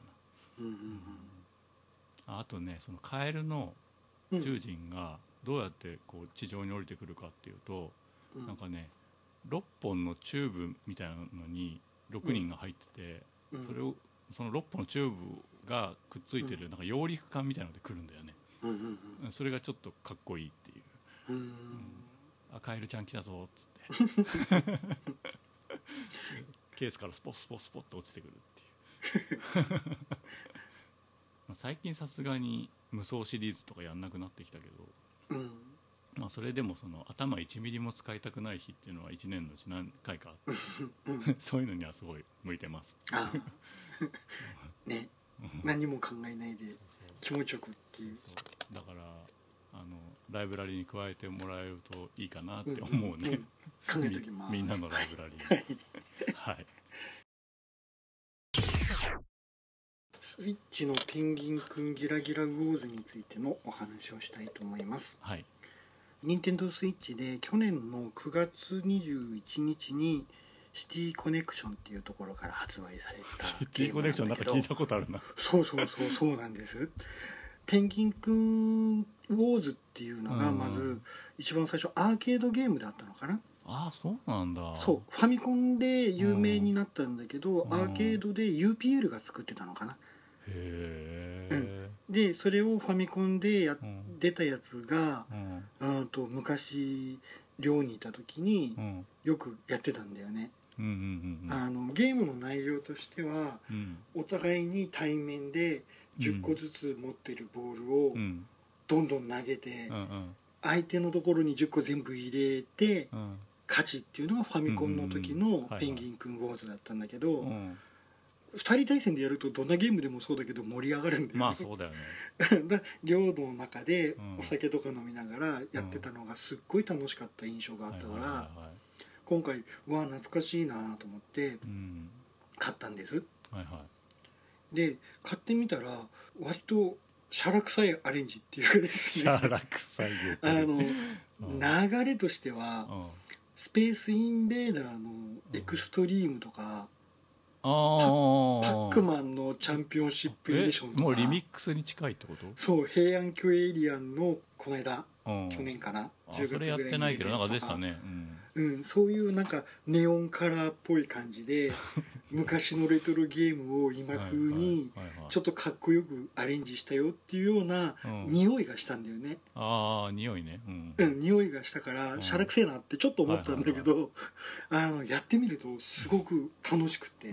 な。あとねそのカエルの宇宙人がどうやってこう地上に降りてくるかっていうと、なんかね6本のチューブみたいなのに6人が入ってて、その6本のチューブがくっついてるなんか揚陸艦みたいなので来るんだよね、それがちょっとかっこいいっていう、カエルちゃん来たぞっつってケースからスポッスポッと落ちてくるっていう最近さすがに無双シリーズとかやんなくなってきたけど、 まあそれでもその頭1ミリも使いたくない日っていうのは1年のうち何回かあってそういうのにはすごい向いてます。 あね、何も考えないで気持ちよくっていう。 だからライブラリに加えてもらえるといいかなって思うね、 考えときます。 みんなのライブラリーはい、 スイッチのペンギンくんギラギラウォーズについてのお話をしたいと思います。 はい、 任天堂スイッチで去年の9月21日にシティコネクションっていうところから発売されたシティコネクションなんか聞いたことあるな。 そうなんです。ペンギンくんウォーズっていうのがまず一番最初アーケードゲームだったのかな。 ああそうなんだ。 そうファミコンで有名になったんだけど、アーケードで UPL が作ってたのかな。 へえ、 でそれをファミコンで出たやつが、昔寮にいた時によくやってたんだよね。ゲームの内容としては、お互いに対面で10個ずつ持ってるボールをどんどん投げて、相手のところに10個全部入れて勝ちっていうのがファミコンの時のペンギンくんウォーズだったんだけど、2人対戦でやるとどんなゲームでもそうだけど盛り上がるんだよね。 まあそうだよねだ寮の中でお酒とか飲みながらやってたのがすっごい楽しかった印象があったから、今回懐かしいなと思って買ったんです。で買ってみたら割とシャラ臭いアレンジっていうかですね、 シャラ臭い流れとしてはスペースインベーダーのエクストリームとかパックマンのチャンピオンシップエディションとか、 もうリミックスに近いってこと？ そう平安京エイリアンのこの間去年かな10月ぐらいに出てた。 それやってないけどなんか出てたね。 そういうなんかネオンカラーっぽい感じで昔のレトロゲームを今風にちょっとかっこよくアレンジしたよっていうような匂いがしたんだよね。 ああ匂いね。 匂いがしたからシャラくせえなってちょっと思ったんだけど、やってみるとすごく楽しくて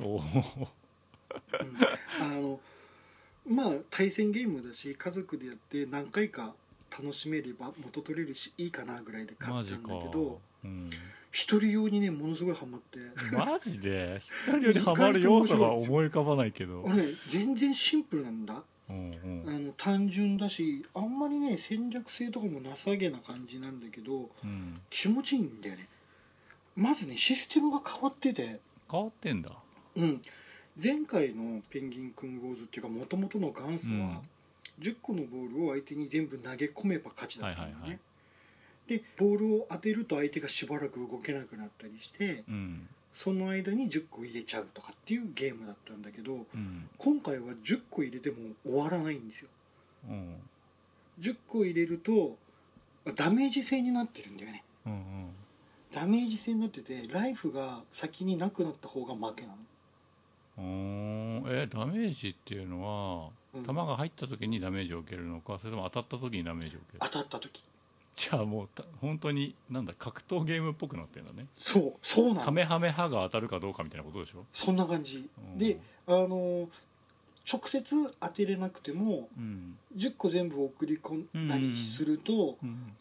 まあ対戦ゲームだし家族でやって何回か楽しめれば元取れるしいいかなぐらいで買ったんだけど、一人用にねものすごいハマって。 マジで一人用にハマる要素が思い浮かばないけど、 俺全然シンプルなんだ。単純だしあんまりね戦略性とかもなさげな感じなんだけど、気持ちいいんだよね。まずねシステムが変わってて。 変わってんだ。 前回のペンギンくんウォーズっていうか元々の元祖は、10個のボールを相手に全部投げ込めば勝ちだったんだよね。でボールを当てると相手がしばらく動けなくなったりして、その間に10個入れちゃうとかっていうゲームだったんだけど、今回は10個入れても終わらないんですよ。10個入れるとダメージ制になってるんだよね。ダメージ制になっててライフが先になくなった方が負けなの。 ダメージっていうのは、弾が入った時にダメージを受けるのか、それとも当たった時にダメージを受ける？ 当たった時。 じゃあもう本当になんだ格闘ゲームっぽくなってるんだね。 そうなの。 カメハメハが当たるかどうかみたいなことでしょ。そんな感じで直接当てれなくても、10個全部送り込んだりすると、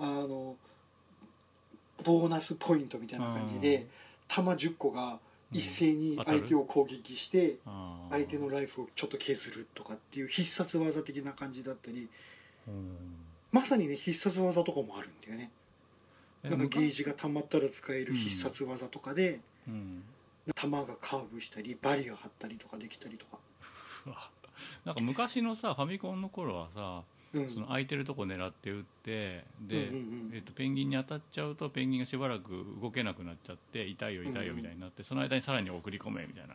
ボーナスポイントみたいな感じで弾10個が一斉に相手を攻撃して相手のライフをちょっと削るとかっていう必殺技的な感じだったり、まさにね必殺技とかもあるんだよね。なんかゲージが溜まったら使える必殺技とかで、弾がカーブしたりバリア張ったりとかできたりとかなんか昔のさファミコンの頃はさ、その空いてるとこ狙って撃ってで、ペンギンに当たっちゃうとペンギンがしばらく動けなくなっちゃって痛いよみたいになって、その間にさらに送り込めみたいな。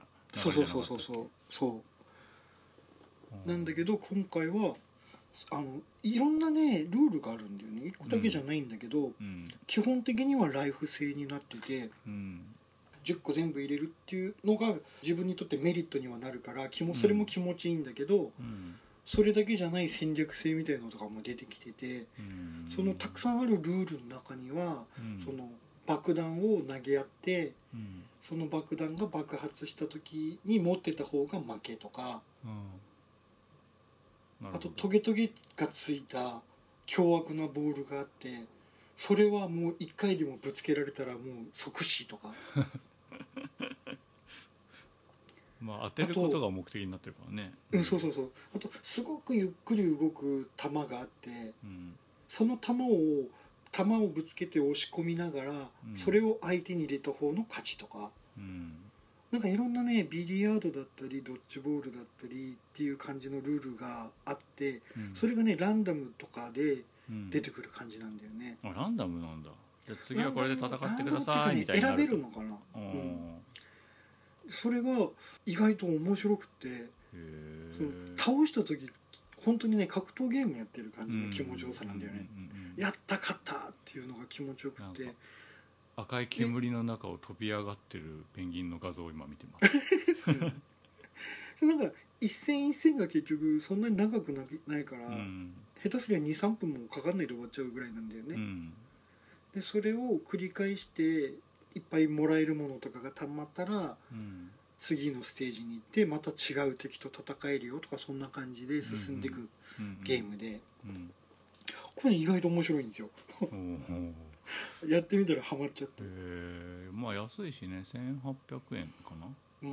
そうなんだけど今回はいろんなねルールがあるんだよね。1個だけじゃないんだけど、基本的にはライフ制になってて、10個全部入れるっていうのが自分にとってメリットにはなるからそれも気持ちいいんだけど、それだけじゃない戦略性みたいなのとかも出てきてて、そのたくさんあるルールの中には、その爆弾を投げ合って、その爆弾が爆発した時に持ってた方が負けとか、あとトゲトゲがついた凶悪なボールがあって、 それはもう1回でもぶつけられたらもう即死とかまあ当てることが目的になってるからね。 そうそうそう。あとすごくゆっくり動く球があって、その球をぶつけて押し込みながら、それを相手に入れた方の勝ちとか、なんかいろんなね、ビリヤードだったりドッジボールだったりっていう感じのルールがあって、それがねランダムとかで出てくる感じなんだよね。 あ、ランダムなんだ。じゃあ次はこれで戦ってくださいみたいな、 選べるのかな。それが意外と面白くて、倒した時本当にね格闘ゲームやってる感じの気持ちよさなんだよね。やった勝ったっていうのが気持ちよくて、 赤い煙の中を飛び上がってるペンギンの画像を今見てますなんか一戦一戦が結局そんなに長くないから、下手すりゃ 2,3 分もかかんないで終わっちゃうぐらいなんだよね。でそれを繰り返していっぱいもらえるものとかがたまったら、次のステージに行ってまた違う敵と戦えるよとか、そんな感じで進んでいくゲームで、これ意外と面白いんですよやってみたらハマっちゃって、 まあ安いしね、1800円かな。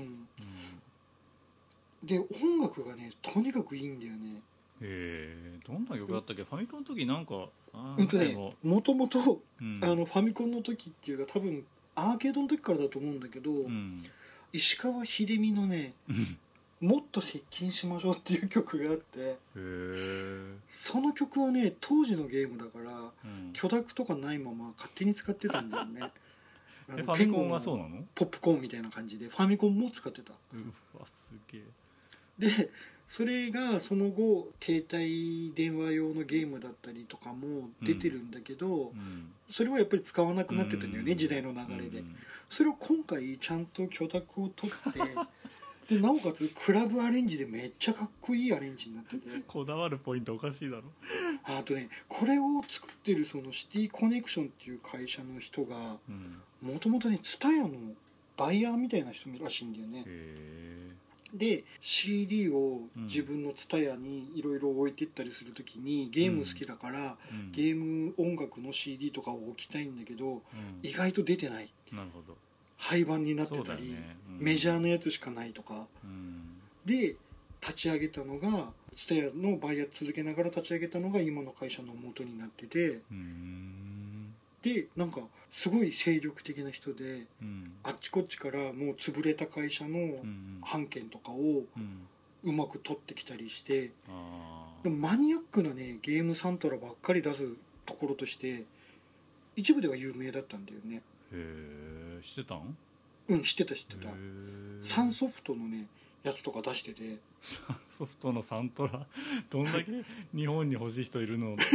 で音楽がねとにかくいいんだよね。 どんな曲だったっけ、ファミコンの時なんかもともとファミコンの時っていうか多分アーケードの時からだと思うんだけど、石川秀美のねもっと接近しましょうっていう曲があって、その曲をね当時のゲームだから、許諾とかないまま勝手に使ってたんだよねファミコンはそうなの？ ポップコーンみたいな感じでファミコンも使ってた。 うわすげえ。 でそれがその後携帯電話用のゲームだったりとかも出てるんだけど、それはやっぱり使わなくなってたんだよね、時代の流れで。それを今回ちゃんと許諾を取ってでなおかつクラブアレンジでめっちゃかっこいいアレンジになってて、 こだわるポイントおかしいだろ。 あとねこれを作ってるそのシティコネクションっていう会社の人がもともとねTSUTAYAのバイヤーみたいな人らしいんだよね。で CD を自分のTSUTAYAにいろいろ置いてったりするときにゲーム好きだから、ゲーム音楽の CD とかを置きたいんだけど、意外と出てない、 なるほど、 廃盤になってたり、メジャーなやつしかないとか、で立ち上げたのがTSUTAYAのバイヤー続けながら立ち上げたのが今の会社の元になってて、でなんかすごい精力的な人で、あっちこっちからもう潰れた会社の版権とかをうまく取ってきたりして、でもマニアックなねゲームサントラばっかり出すところとして一部では有名だったんだよね。 知ってたん？ 知ってたサンソフトのねやつとか出してて、 サンソフトのサントラどんだけ日本に欲しい人いるの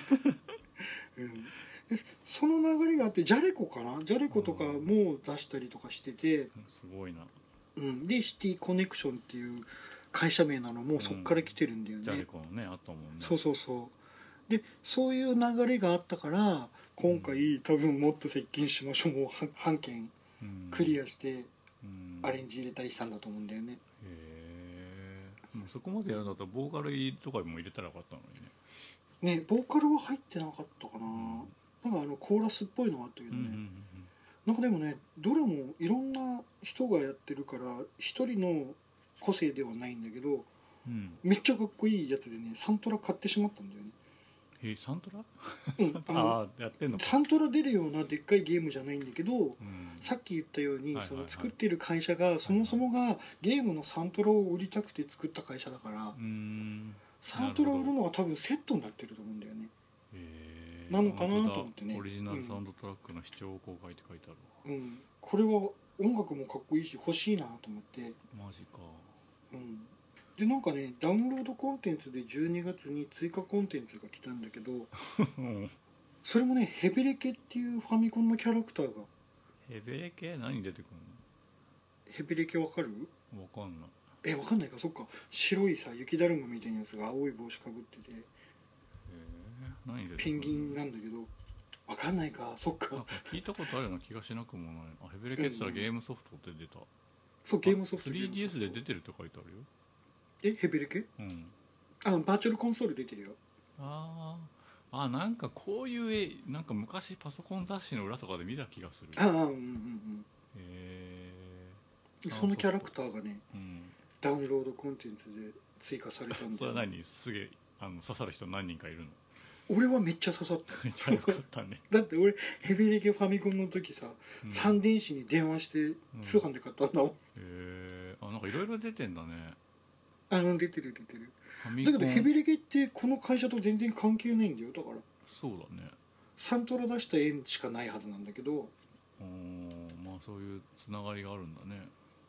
その流れがあってジャレコとかも出したりとかしてて、 すごいな。 でシティコネクションっていう会社名なのもそっから来てるんだよね。 ジャレコのねあったもんね。 そうでそういう流れがあったから今回、多分もっと接近しましょうも半券クリアしてアレンジ入れたりしたんだと思うんだよね。 もうそこまでやるんだったらボーカルとかも入れたらよかったのにね。ボーカルは入ってなかったかな、なんかコーラスっぽいのがあったけどね、なんかでもねどれもいろんな人がやってるから一人の個性ではないんだけど、めっちゃかっこいいやつでねサントラ買ってしまったんだよね。 サントラ？やってんのか。 サントラ出るようなでっかいゲームじゃないんだけど、さっき言ったようにその作ってる会社がそもそもがゲームのサントラを売りたくて作った会社だから、サントラ売るのが多分セットになってると思うんだよね。なのかなと思ってね。 オリジナルサウンドトラックの視聴公開って書いてあるわ。 これは音楽もかっこいいし欲しいなと思って。 マジか。 でなんかねダウンロードコンテンツで12月に追加コンテンツが来たんだけどそれもねヘベレケっていうファミコンのキャラクターが。 ヘベレケ何出てくるの？ ヘベレケわかる？ わかんない。 わかんないか。そっか。白いさ雪だるまみたいなやつが青い帽子かぶってて何出てくる？ ペンギンなんだけどわかんないか。そっか。 なんか聞いたことあるような気がしなくもない。ヘベレケって言ったらゲームソフトって出た。 そうゲームソフト。 3DS で出てるって書いてあるよ。 ヘベレケ？バーチャルコンソール出てるよ。 あ、なんかこういう絵なんか昔パソコン雑誌の裏とかで見た気がする。 ああ、うんうんうん。そのキャラクターがね、ダウンロードコンテンツで追加されたんで。 それは何、すげえ刺さる人何人かいるの？ 俺はめっちゃ刺さった。 めっちゃ良かったね。 だって俺ヘビレケファミコンの時さ、三電子に電話して通販で買ったんだもん。 なんかいろいろ出てんだね。 出てる。だけどヘビレケってこの会社と全然関係ないんだよ。だからそうだね、 サントラ出した縁しかないはずなんだけど、 まあそういうつながりがあるんだね。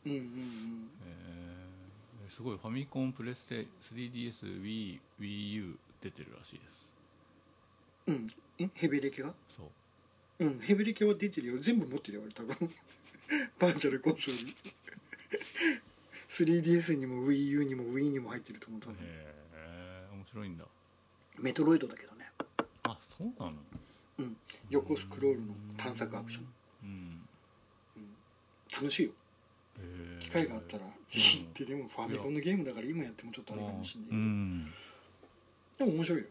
すごい。ファミコン、プレステ、3DS、WiiU 出てるらしいです。 ヘビレケが？ そう。 ヘビレケは出てるよ。全部持ってるよ俺多分。バーチャルコンソール。3DS にも WiiU にも Wii にも入ってると思ったの。 面白いんだ。 メトロイドだけどね。 あ、そうなの？ 横スクロールの探索アクション。楽しいよ。機会があったらぜひって。でもファミコンのゲームだから今やってもちょっとあれかもしれないけど、でも面白いよ。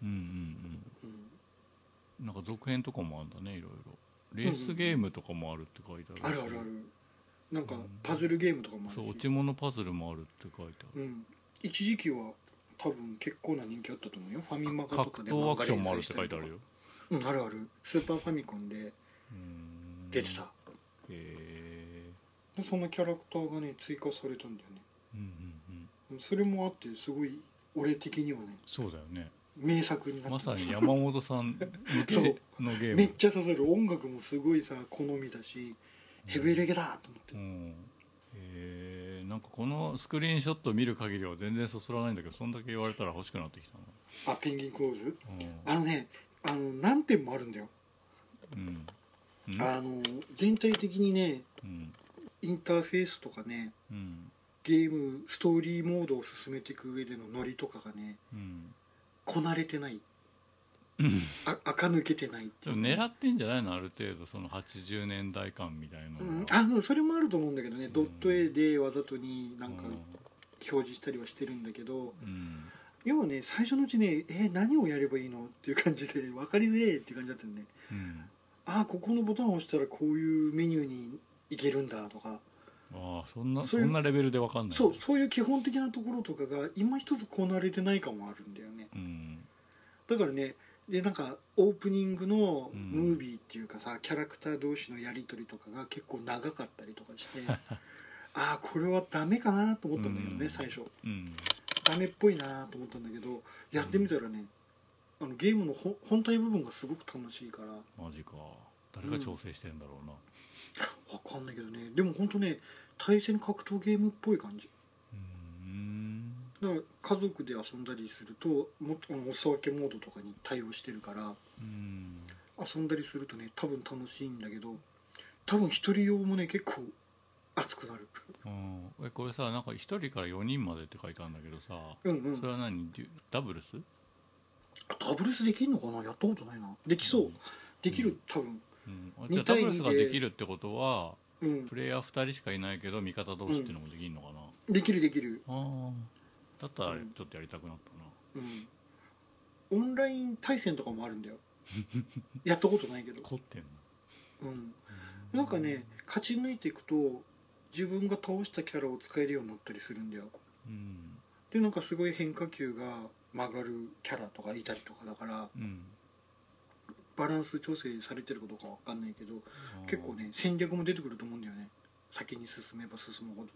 なんか続編とかもあるんだね、いろいろ。レースゲームとかもあるって書いてある。 ある。なんかパズルゲームとかもあるし。 そう、落ち物パズルもあるって書いてある。 一時期は多分結構な人気あったと思うよ。ファミマガとかで格闘アクションもあるって書いてあるよ。 ある。スーパーファミコンで出てた。でそのキャラクターがね追加されたんだよね。それもあってすごい俺的にはね。 そうだよね。 名作になってまさに山本さん向けのゲーム。 めっちゃ刺さる。音楽もすごいさ好みだし、ヘビレゲだと思って。 なんかこのスクリーンショット見る限りは全然そそらないんだけど、そんだけ言われたら欲しくなってきたな。ペンギンクローズ？何点もあるんだよ。全体的にね、インターフェースとかね、ゲームストーリーモードを進めていく上でのノリとかがね、こなれてない。垢抜けてないっていう。 狙ってんじゃないの？ある程度その80年代感みたいな。 それもあると思うんだけどね。ドット絵でわざとになんか表示したりはしてるんだけど、要はね最初のうちね何をやればいいのっていう感じで分かりづれえっていう感じだったんでね。ここのボタンを押したらこういうメニューに行けるんだとか。 そんなレベルで分かんない。 そういう基本的なところとかが今一つこなれてない感もあるんだよね。だからね。でなんかオープニングのムービーっていうかさ、キャラクター同士のやり取りとかが結構長かったりとかしてこれはダメかなと思ったんだけどね、最初、ダメっぽいなと思ったんだけど、やってみたらね、ゲームの本体部分がすごく楽しいから。 マジか。誰が調整してんだろうな。 分かんないけどね。でも本当ね対戦格闘ゲームっぽい感じ。だから家族で遊んだりするとお裾分けモードとかに対応してるから、遊んだりするとね多分楽しいんだけど、多分一人用もね結構熱くなる。 これさ、なんか1人から4人までって書いてあるんだけどさ、それは何？ダブルス？ ダブルスできるのかな？やったことないな。できそう、できる多分。 じゃあダブルスができるってことは、プレイヤー2人しかいないけど味方同士っていうのもできるのかな？ できる。 だったらちょっとやりたくなったな。 オンライン対戦とかもあるんだよ。やったことないけど。 凝ってんの？ なんかね勝ち抜いていくと自分が倒したキャラを使えるようになったりするんだよ。でなんかすごい変化球が曲がるキャラとかいたりとかだから、バランス調整されてるかどうかわかんないけど、結構ね戦略も出てくると思うんだよね。先に進めば進むほど。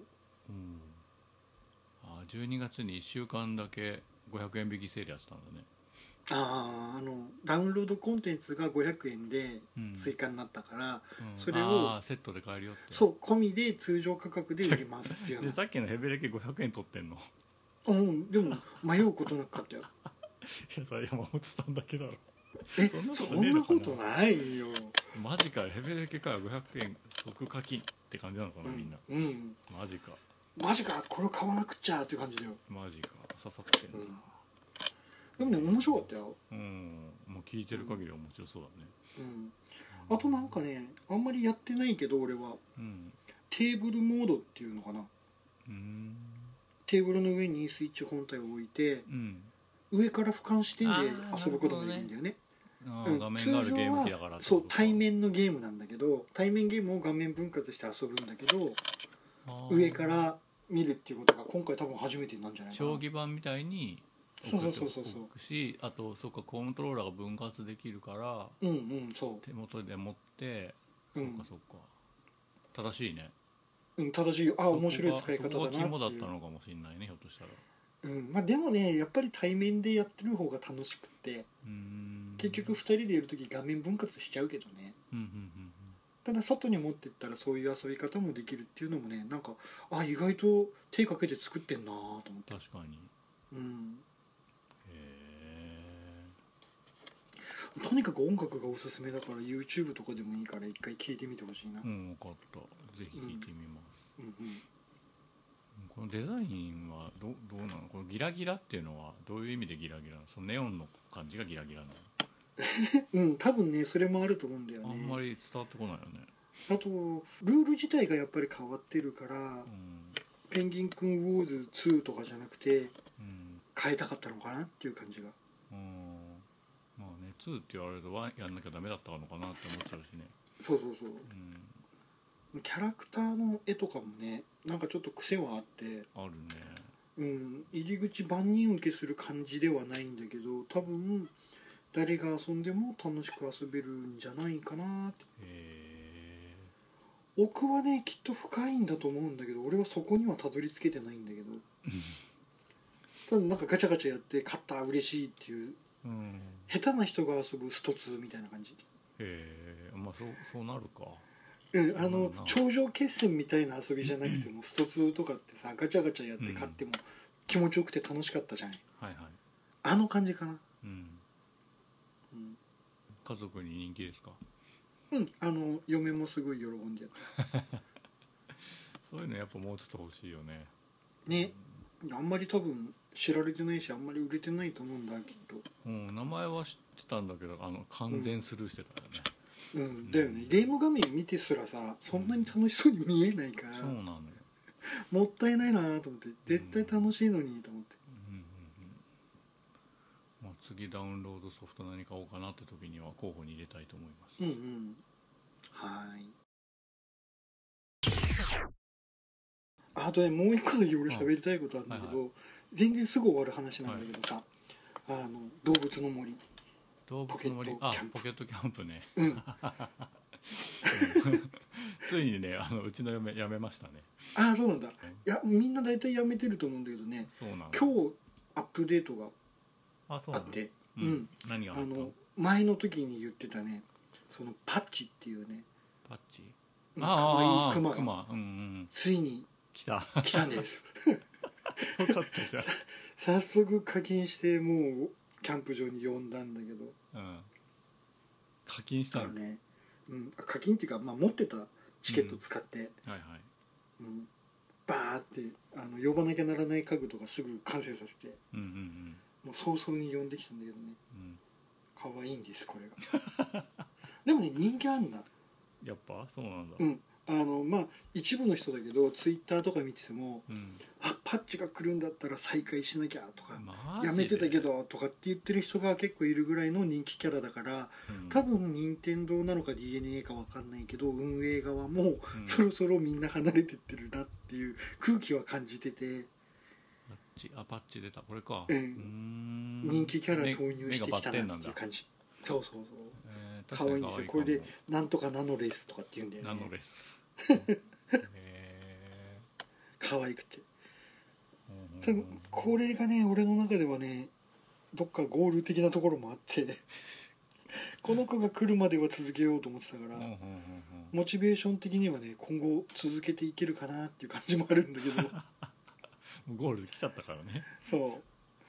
12月に1週間だけ500円引きセールやってたんだね。 ダウンロードコンテンツが500円で追加になったから、それをセットで買えるよって。 そう込みで通常価格で売りますっていうの。 でさっきのヘベレケ500円取ってんの？ でも迷うことなく買ったよ。 いやさ、山本さんだけだろ。 そんなことないよ。 マジか。ヘベレケから500円即課金って感じなのかな、みんな。マジかこれ買わなくっちゃっていう感じだよ。 マジか刺さってんだ。 でもね面白かったよ。 もう聞いてる限りは面白そうだね。 あとなんかねあんまりやってないけど俺は、テーブルモードっていうのかな。テーブルの上にスイッチ本体を置いて、 上から俯瞰視点で遊ぶこともできるんだよね。 画面があるゲーム機だから。 そう対面のゲームなんだけど、対面ゲームを画面分割して遊ぶんだけど、上から見るっていうことが今回多分初めてなんじゃないかな。 将棋盤みたいにそうし、あとそっかコントローラーが分割できるから、 そう手元で持って、そっか正しいね。 正しいよ。面白い使い方だなっていう。 そこが肝だったのかもしれないね、ひょっとしたら。 でもねやっぱり対面でやってる方が楽しくて、結局2人でやるとき画面分割しちゃうけどね。ただ外に持ってったらそういう遊び方もできるっていうのもね、なんか意外と手かけて作ってんなと思って。 確かに。 とにかく音楽がおすすめだから YouTube とかでもいいから一回聴いてみてほしいな。 分かった、ぜひ聴いてみます。このデザインはどうなの？このギラギラっていうのはどういう意味でギラギラなの？そのネオンの感じがギラギラなの？多分ねそれもあると思うんだよね。 あんまり伝わってこないよね。 あとルール自体がやっぱり変わってるから、ペンギンくんウォーズ2とかじゃなくて、変えたかったのかなっていう感じが。 まあね、2って言われるとやんなきゃダメだったのかなって思っちゃうしね。 そう、キャラクターの絵とかもねなんかちょっと癖はあってあるね。 入り口万人受けする感じではないんだけど、多分誰が遊んでも楽しく遊べるんじゃないかなって。奥はねきっと深いんだと思うんだけど、俺はそこにはたどり着けてないんだけどただなんかガチャガチャやって勝った嬉しいっていう、下手な人が遊ぶスト2みたいな感じ。 まあそうなるか。 頂上決戦みたいな遊びじゃなくてもスト2とかってさガチャガチャやって勝っても気持ちよくて楽しかったじゃない。あの感じかな。 家族に人気ですか？ 嫁もすごい喜んでやったそういうのやっぱもうちょっと欲しいよね。 あんまり多分知られてないしあんまり売れてないと思うんだきっと。 名前は知ってたんだけど完全スルーしてたよね。 だよね。ゲーム画面見てすらさそんなに楽しそうに見えないから、 そうなのよ。 もったいないなと思って、絶対楽しいのにと思って、 次ダウンロードソフト何買おうかなって時には候補に入れたいと思います。 はい。あとねもう一個だけ俺喋りたいことあるんだけど、全然すぐ終わる話なんだけどさ、動物の森ポケットキャンプね。ついにねうちの嫁やめましたね。 そうなんだ。いやみんな大体やめてると思うんだけどね。今日アップデートがあって、 何があったの？ 前の時に言ってたね、そのパッチっていうね、 パッチ、 かわいいクマがついに来たんですよかったじゃん。 早速課金してもうキャンプ場に呼んだんだけど、 課金したのね。課金っていうか、持ってたチケット使って、バーって呼ばなきゃならない家具とかすぐ完成させて、もう早々に呼んできたんだけどね、可愛いんですこれがでもね人気あんだやっぱ。そうなんだ。 一部の人だけどツイッターとか見てても、パッチが来るんだったら再開しなきゃとか、やめてたけどとかって言ってる人が結構いるぐらいの人気キャラだから、多分任天堂なのか DNA か分かんないけど運営側も、そろそろみんな離れてってるなっていう空気は感じてて、 パッチ出たこれか。 人気キャラ投入してきたなっていう感じ。そう可愛いんですよ。これでなんとかナノレースとかって言うんだよね。 ナノレース可愛くて、多分これがね俺の中ではねどっかゴール的なところもあってこの子が来るまでは続けようと思ってたから、モチベーション的にはね今後続けていけるかなっていう感じもあるんだけどゴール来ちゃったからね。 そう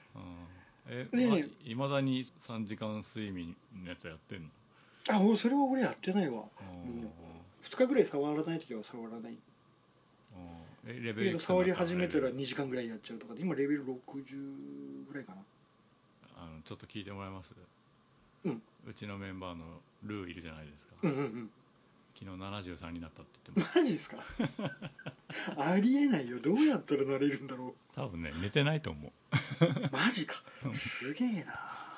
いまだに3時間睡眠のやつやってんの？ それは俺やってないわ。2日ぐらい触らないときは触らない。レベル触り始めたら2時間ぐらいやっちゃうとかで、今レベル60ぐらいかな。 ちょっと聞いてもらえます？うちのメンバーのルーいるじゃないですか。 昨日73になったって言ってマジですかありえないよ。どうやったらなれるんだろう。 多分ね寝てないと思うマジか。すげえな、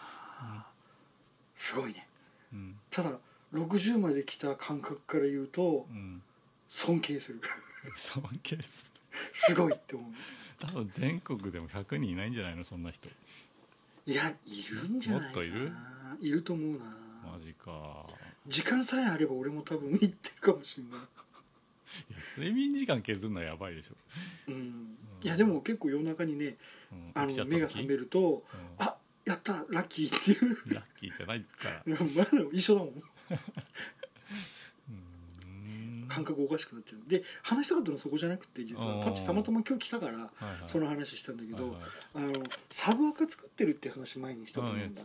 すごいね、ただ60まで来た感覚から言うと、尊敬する尊敬するすごいって思う。 多分全国でも100人いないんじゃないのそんな人。 いや、いるんじゃないかな。もっといる？いると思うな。 マジか。 時間さえあれば俺も多分行ってるかもしれない。 いや睡眠時間削るのはやばいでしょ。 いやでも結構夜中にね、目が覚めると、あ、やったラッキーっていうラッキーじゃないからまだ一緒だもん感覚おかしくなっちゃう。で話したかったのはそこじゃなくて、実はパッチたまたま今日来たからその話したんだけど、サブアカ作ってるって話前にしたと思うんだ。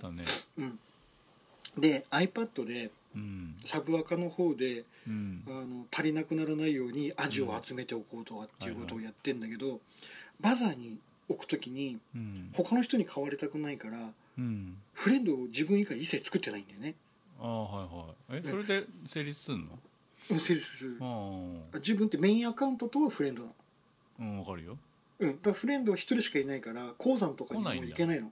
で iPad でサブアカの方で、足りなくならないようにアジを集めておこうとかっていうことをやってんだけど、バザーに置くときに、他の人に買われたくないから、フレンドを自分以外一切作ってないんだよね。 はいはい。それで成立するの？成立する。自分ってメインアカウントとフレンドなの。分かるよ。 だからフレンドは一人しかいないから鉱山とかにも行けないの。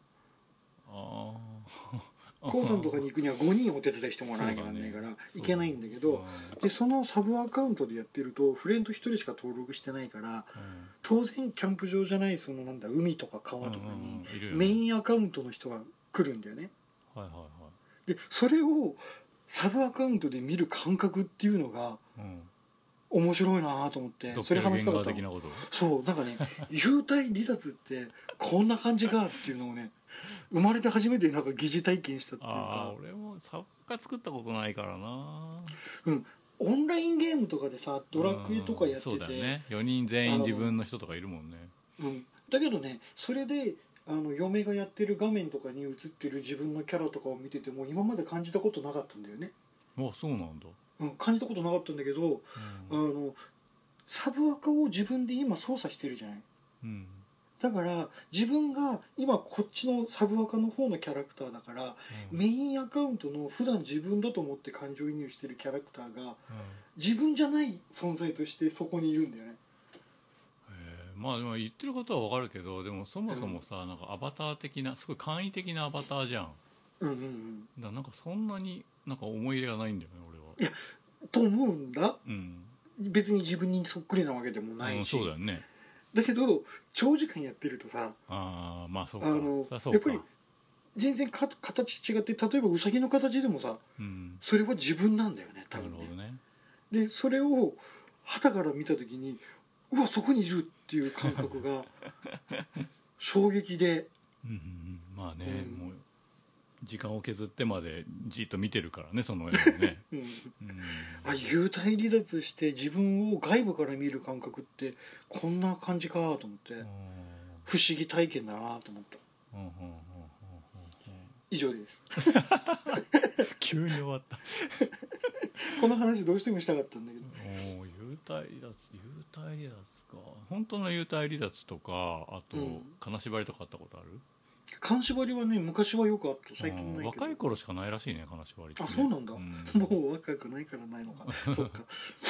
鉱山とかに行くには5人お手伝いしてもらわなきゃならないから行けないんだけど、でそのサブアカウントでやってるとフレンド1人しか登録してないから、当然キャンプ場じゃないそのなんだ海とか川とかにメインアカウントの人が来るんだよね。でそれをサブアカウントで見る感覚っていうのが面白いなと思って、それ話したかったの。そうなんかね幽体離脱ってこんな感じかっていうのをね生まれて初めてなんか疑似体験したっていうか。 俺もサブアカ作ったことないからな。 オンラインゲームとかでさドラクエとかやってて、 そうだよね、4人全員自分の人とかいるもんね。 だけどねそれで嫁がやってる画面とかに映ってる自分のキャラとかを見てても今まで感じたことなかったんだよね。 そうなんだ。 感じたことなかったんだけど、サブアカを自分で今操作してるじゃない。だから自分が今こっちのサブアカの方のキャラクターだから、メインアカウントの普段自分だと思って感情移入してるキャラクターが、自分じゃない存在としてそこにいるんだよね。 まあ言ってることはわかるけど、でもそもそもさ、なんかアバター的なすごい簡易的なアバターじゃん。だからなんかそんなになんか思い入れがないんだよね俺は。 いやと思うんだ、別に自分にそっくりなわけでもないし、 そうだよね。 だけど長時間やってるとさ、 そうか、 やっぱり全然形違って、例えばウサギの形でもさ、それは自分なんだよね多分ね。なるほどね。でそれを傍から見た時にうわそこにいるっていう感覚が衝撃でまあね、もう時間を削ってまでじっと見てるからねその絵をね幽体離脱して自分を外部から見る感覚ってこんな感じかと思って、不思議体験だなと思った。以上です急に終わったこの話どうしてもしたかったんだけど。 幽体離脱か。本当の幽体離脱とか、あと、金縛りとかあったことある？ 金縛りはね昔はよくあった、最近ないけど。 若い頃しかないらしいね金縛りって、ね。 そうなんだ、もう若くないからないのかそっか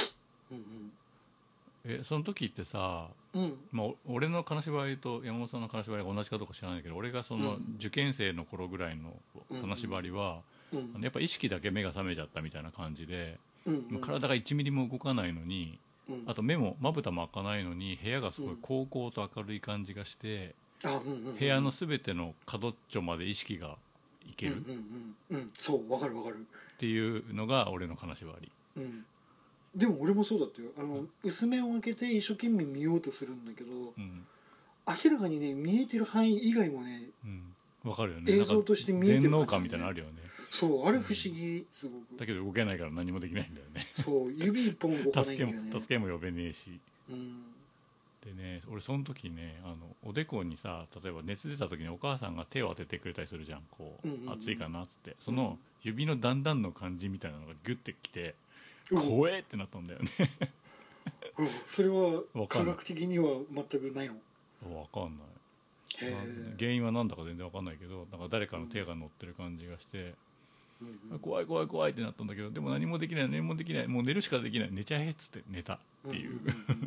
その時ってさ、俺の金縛りと山本さんの金縛りが同じかどうか知らないけど、俺がその受験生の頃ぐらいの金縛りは、やっぱ意識だけ目が覚めちゃったみたいな感じで、体が1ミリも動かないのに、あと目もまぶたも開かないのに部屋がすごいこうこうと明るい感じがして、部屋の全ての角っちょまで意識がいける、 そう分かる分かるっていうのが俺の金縛り。 でも俺もそうだったよ。薄目を開けて一生懸命見ようとするんだけど、明らかにね見えてる範囲以外もね、 分かるよね。 映像として見えてる、 全能感みたいなのあるよね。 そうあれ不思議、すごく。 だけど動けないから何もできないんだよね。 そう指一本動かないんだよね。 助けも呼べねえし。でね、俺その時ねおでこにさ、例えば熱出た時にお母さんが手を当ててくれたりするじゃん、こう、熱いかなっつって、その指の段々の感じみたいなのがギュッてきて、怖えってなったんだよねそれは科学的には全くないの？ 分かんない。原因は何だか全然分かんないけど、なんか誰かの手が乗ってる感じがして、 怖い怖い怖いってなったんだけど、でも何もできない何もできない、もう寝るしかできない、寝ちゃえっつって寝たっていう、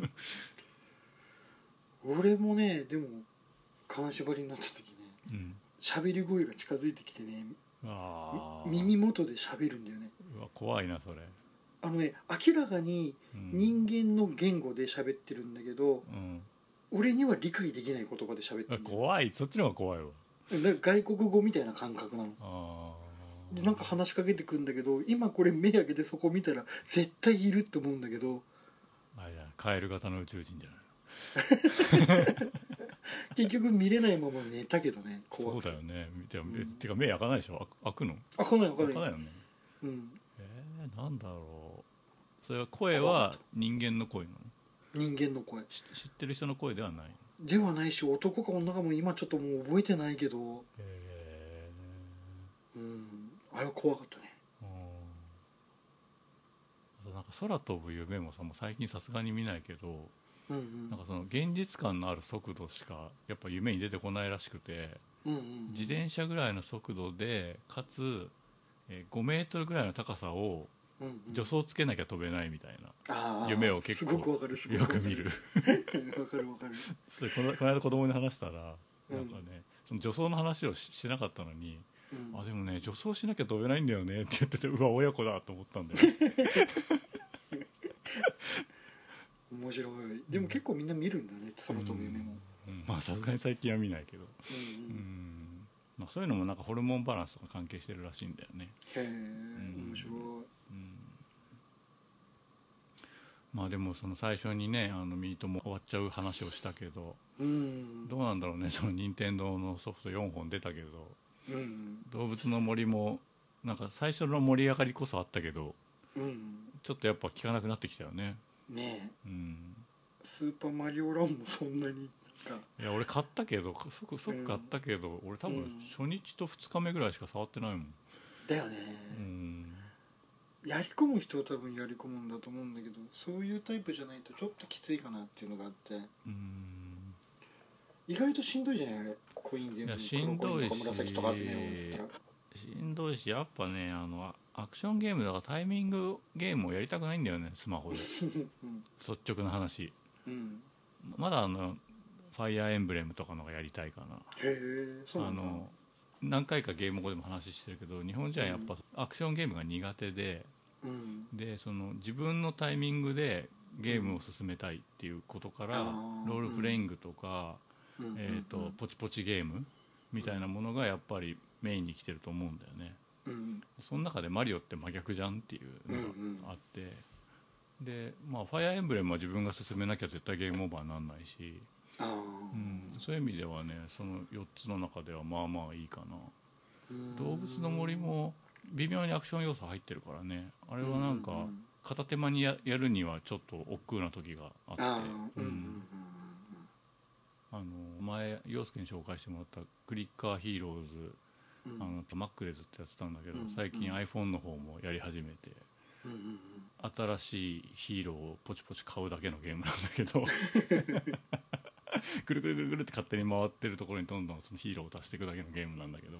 俺もねでも金縛りになった時ね喋、り声が近づいてきてね、耳元で喋るんだよね。 うわ怖いなそれ。 明らかに人間の言語で喋ってるんだけど、俺には理解できない言葉で喋ってるんだよ。 怖い、そっちの方が怖いわ。 外国語みたいな感覚なの。でなんか話しかけてくんだけど、今これ目開けてそこ見たら絶対いるって思うんだけど、 あれだ、カエル型の宇宙人じゃないの結局見れないまま寝たけどね。 怖くて。そうだよね。てか目開かないでしょ。開くの？ 開かない開かないよね。なんだろう、それは声は人間の声なの？人間の声。 知ってる人の声ではない？ ではないし、男か女かも今ちょっともう覚えてないけど、あれは怖かったね。 なんか空飛ぶ夢もさ、もう最近さすがに見ないけど、なんかその現実感のある速度しかやっぱ夢に出てこないらしくて、自転車ぐらいの速度でかつ5メートルぐらいの高さを助走つけなきゃ飛べないみたいな夢を結構よく見る。 わかるわかる。 この間子供に話したら、なんかね、その助走の話をしてなかったのに、でもね助走しなきゃ飛べないんだよねって言ってて、うわ親子だと思ったんだよ面白い。でも結構みんな見るんだね、空飛ぶ夢も。 まあさすがに最近は見ないけど、まあ、そういうのもなんかホルモンバランスとか関係してるらしいんだよね。 へえ、面白い。 まあでもその最初にねミートも終わっちゃう話をしたけど、どうなんだろうね、その任天堂のソフト4本出たけど、動物の森もなんか最初の盛り上がりこそあったけど、ちょっとやっぱ聞かなくなってきたよね。 ねえ、スーパーマリオランもそんなにいや俺買ったけど即買ったけど、俺多分初日と2日目ぐらいしか触ってないもん。 だよね。やり込む人は多分やり込むんだと思うんだけど、そういうタイプじゃないとちょっときついかなっていうのがあって、意外としんどいじゃないあれ、コインでしんどいし、 紫とか集めようって言ったらしんどいし、やっぱねアクションゲームだからタイミングゲームをやりたくないんだよね、スマホで率直な話、まだファイアーエンブレムとかのがやりたいかな。 へえ、そうなんだ。 何回かゲーム語でも話してるけど、日本人はやっぱアクションゲームが苦手で、でその自分のタイミングでゲームを進めたいっていうことから、ロールプレイングとか、ポチポチゲームみたいなものがやっぱりメインに来てると思うんだよね。その中でマリオって真逆じゃんっていうのがあって、でまあファイアーエンブレムは自分が進めなきゃ絶対ゲームオーバーにならないし、そういう意味ではね、その4つの中ではまあまあいいかな。動物の森も微妙にアクション要素入ってるからね、あれはなんか片手間にやるにはちょっと億劫な時があって、前陽介に紹介してもらったクリッカーヒーローズ、マックレズってやってたんだけど、最近 iPhone の方もやり始めて、新しいヒーローをポチポチ買うだけのゲームなんだけどくるくるくるくるって勝手に回ってるところにどんどんそのヒーローを足していくだけのゲームなんだけど、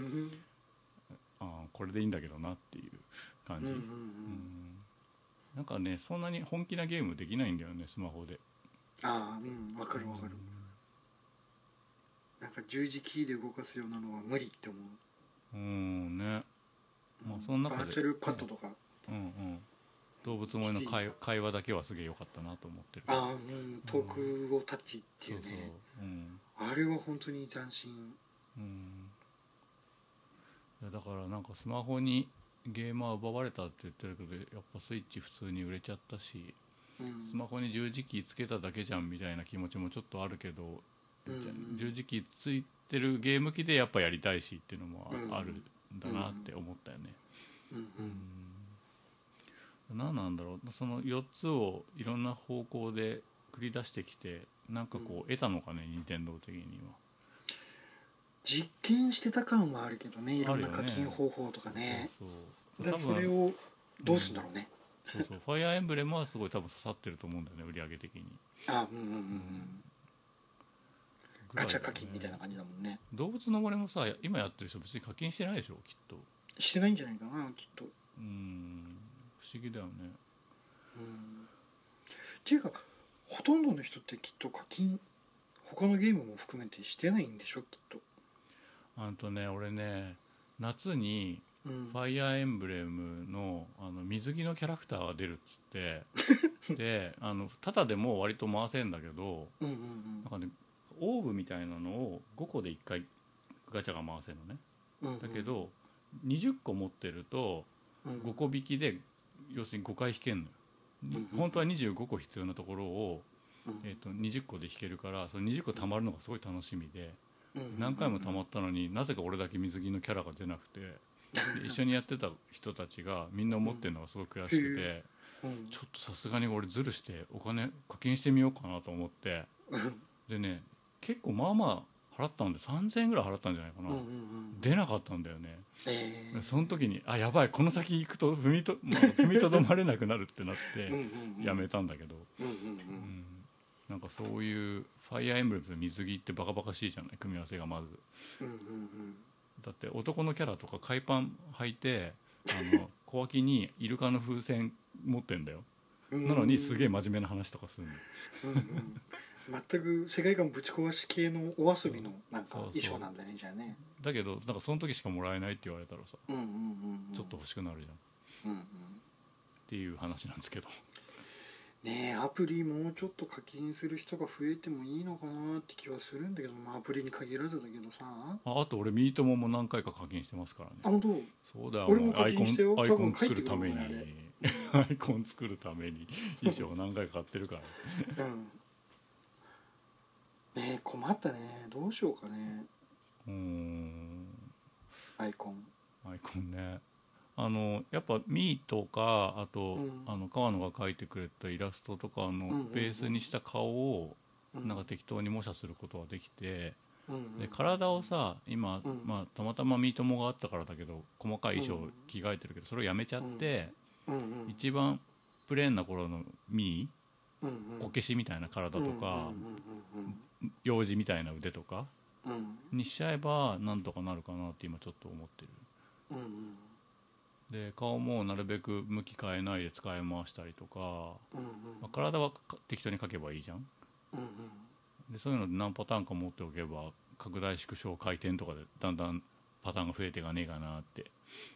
これでいいんだけどなっていう感じ。なんかね、そんなに本気なゲームできないんだよね、スマホで。 わかるわかる。なんか十字キーで動かすようなのは無理って思う。 ね。まあその中でバーチャルパッドとか、 動物森の会話だけはすげえ良かったなと思ってる。 遠くをタッチっていうね、あれは本当に斬新。 だからなんかスマホにゲームは奪われたって言ってるけど、やっぱスイッチ普通に売れちゃったし、スマホに十字キーつけただけじゃんみたいな気持ちもちょっとあるけど、十字キーついてるゲーム機でやっぱやりたいしっていうのもあるんだなって思ったよね。何なんだろう、その4つをいろんな方向で繰り出してきて、なんかこう得たのかね、任天堂的には。 実験してた感はあるけどね、いろんな課金方法とかね。だからそれをどうするんだろうね。 ファイアーエンブレムはすごい多分刺さってると思うんだよね、売り上げ的に。 ガチャ課金みたいな感じだもんね。 動物の森もさ、今やってる人別に課金してないでしょ、きっと。 してないんじゃないかなきっと。 不思議だよね。 っていうかほとんどの人ってきっと課金他のゲームも含めてしてないんでしょきっと。 俺ね夏にファイアーエンブレムの水着のキャラクターが出るっつってでただでも割と回せるんだけど、なんかねオーブみたいなのを5個で1回ガチャが回せるのね、だけど20個持ってると5個引きで要するに5回引けんのよ、本当は25個必要なところを、20個で引けるからその20個貯まるのがすごい楽しみで、何回も貯まったのになぜか俺だけ水着のキャラが出なくて一緒にやってた人たちがみんな思ってるのがすごい悔しくて、ちょっとさすがに俺ズルしてお金課金してみようかなと思ってでね結構まあまあ払ったんで3000円ぐらい払ったんじゃないかな、出なかったんだよね、その時にやばいこの先行くと踏みとどまれなくなるってなってやめたんだけど、なんかそういうファイアーエンブレムと水着ってバカバカしいじゃない組み合わせがまず、だって男のキャラとか海パン履いて小脇にイルカの風船持ってんだよ、なのにすげえ真面目な話とかするの、 全く世界観ぶち壊し系のお遊びのなんか衣装なんだねじゃあね。 だけどなんかその時しかもらえないって言われたらさ、ちょっと欲しくなるじゃん、っていう話なんですけどねえアプリもうちょっと課金する人が増えてもいいのかなって気はするんだけど、アプリに限らずだけどさ。 あと俺ミートモも何回か課金してますからね。 本当？ そうだよ。 俺も課金してよ。 アイコン作るためにアイコン作るために衣装何回か買ってるからねえ困ったね。どうしようかね。アイコンね。やっぱミーとかあと、川野が描いてくれたイラストとかのベースにした顔をなんか適当に模写することができて、で体をさ今、たまたまミートモがあったからだけど細かい衣装着替えてるけどそれをやめちゃって、一番プレーンな頃のミー、こけしみたいな体とか、幼児みたいな腕とかにしちゃえばなんとかなるかなって今ちょっと思ってる。で顔もなるべく向き変えないで使い回したりとか、体は適当に描けばいいじゃん、でそういうので何パターンか持っておけば拡大縮小回転とかでだんだんパターンが増えていかねえかなって、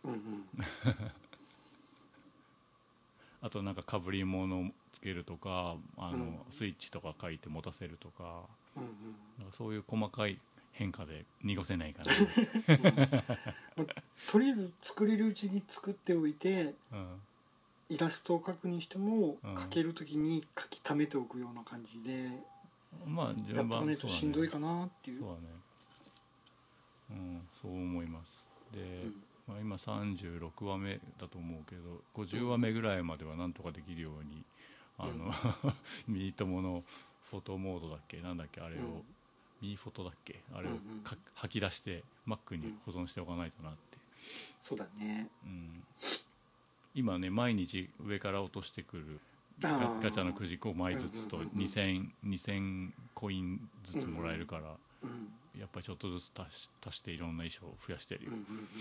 あとなんかかぶり物をつけるとかスイッチとか書いて持たせるとか、なんかそういう細かい変化で濁せないかなとりあえず作れるうちに作っておいて、イラストを描くにしても、描ける時に描き溜めておくような感じでやっとかないとしんどいかなっていう。 そうだね、そう思います。で、今36話目だと思うけど50話目ぐらいまではなんとかできるようにミートモのフォトモードだっけなんだっけあれを、ミーフォトだっけあれを吐き出して Mac に保存しておかないとなって、 そうだね、 今ね毎日上から落としてくるガチャのくじ5枚ずつと2000コインずつもらえるから、やっぱりちょっとずつ足していろんな衣装を増やしてるよ、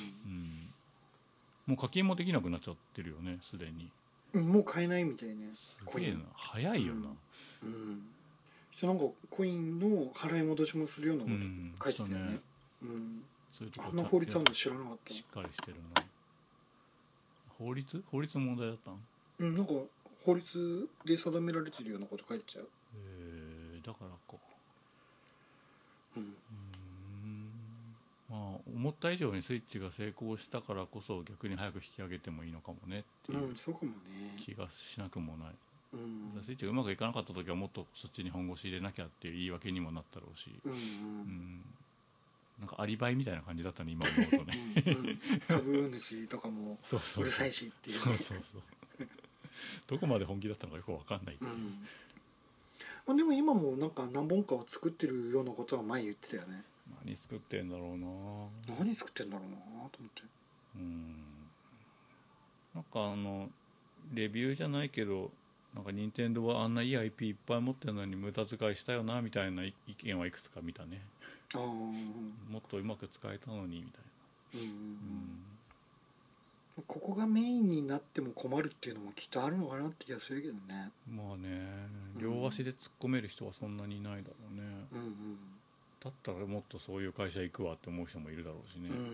もう課金もできなくなっちゃってるよねすでに、 もう買えないみたいね。 すげえな早いよな、 なんかコインの払い戻しもするようなこと書いてたよね、 そういうとこあんな法律あるの知らなかった。 しっかりしてるな。法律の問題だったん？ なんか法律で定められてるようなこと書いてちゃう。 だからか。まあ思った以上にスイッチが成功したからこそ逆に早く引き上げてもいいのかもねっていうそうかもね気がしなくもない。スイッチがうまくいかなかった時はもっとそっちに本腰入れなきゃっていう言い訳にもなったろうし、なんかアリバイみたいな感じだったね今思うとね株主とかもうるさいしっていう、 そうどこまで本気だったのかよく分かんないっていう、 でも今もなんか何本かを作ってるようなことは前言ってたよね。 何作ってんだろうな何作ってんだろうなと思って、 なんかレビューじゃないけどなんか任天堂はあんないい IP いっぱい持ってるのに無駄遣いしたよなみたいな意見はいくつか見たね。もっとうまく使えたのにみたいな、 ここがメインになっても困るっていうのもきっとあるのかなって気がするけどね。 まあね、両足で突っ込める人はそんなにいないだろうね、 うんうん、 だったらもっとそういう会社行くわって思う人もいるだろうしね、 うんうん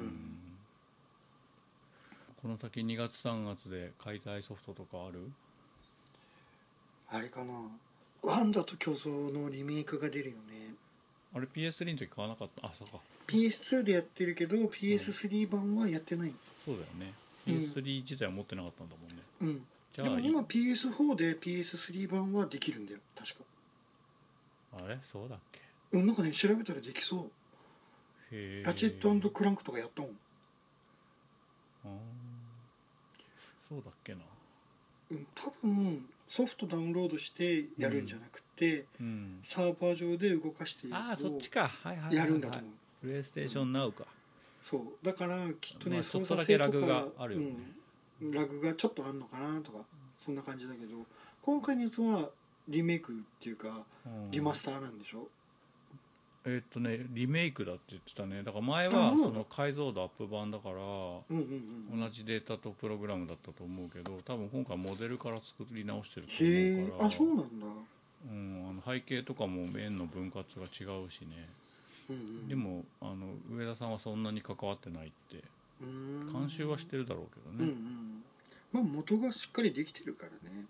この先2月3月で買いたいソフトとかある？ あれかな、ワンダと巨像のリメイクが出るよね。 あれ PS3 の時買わなかった？あ、そうか。 PS2 でやってるけど PS3 版はやってない。 そうだよね、 PS3 自体は持ってなかったんだもんね、 うん、 じゃあでも今 PS4 で PS3 版はできるんだよ確か。 あれそうだっけ？ うん、なんかね調べたらできそう。 へえ。 ラチェットクランクとかやったもん。 あ、そうだっけな。 うん、多分ソフトダウンロードしてやるんじゃなくて、 うん、 サーバー上で動かしてああそっちか、はいはいはいはい、 やるんだと思う。 プレイステーションナウか、 そうだからきっとね、 まあ、ちょ操っとだ作性とかけラグがあるよね、 ラグがちょっとあるのかなとかそんな感じだけど、今回のやつはリメイクっていうかリマスターなんでしょ。 リメイクだって言ってたね。だから前はその解像度アップ版だから同じデータとプログラムだったと思うけど、多分今回モデルから作り直してると思うから。 へえ、あ、そうなんだ。 背景とかも円の分割が違うしね、でも上田さんはそんなに関わってないって監修はしてるだろうけどね、 まあ元がしっかりできてるからね。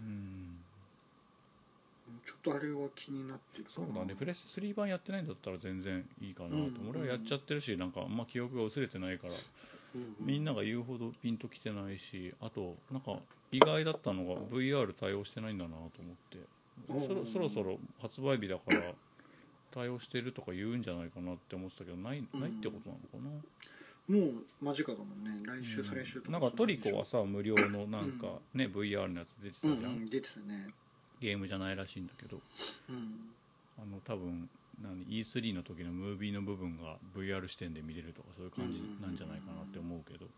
ちょっとあれは気になってるかな。 そうだね、プレステ3版やってないんだったら全然いいかなと、俺はやっちゃってるし、なんかあんま記憶が薄れてないから、みんなが言うほどピンときてないし、あとなんか意外だったのが VR 対応してないんだなと思って、そろそろ発売日だから対応してるとか言うんじゃないかなって思ってたけど、ないってことなのかな。 もう間近だもんね、来週再来週とか。 なんかトリコはさ無料のなんかね、VR のやつ出てたじゃん、 出てたね。 ゲームじゃないらしいんだけど、多分E3 の時のムービーの部分が VR 視点で見れるとかそういう感じなんじゃないかなって思うけど、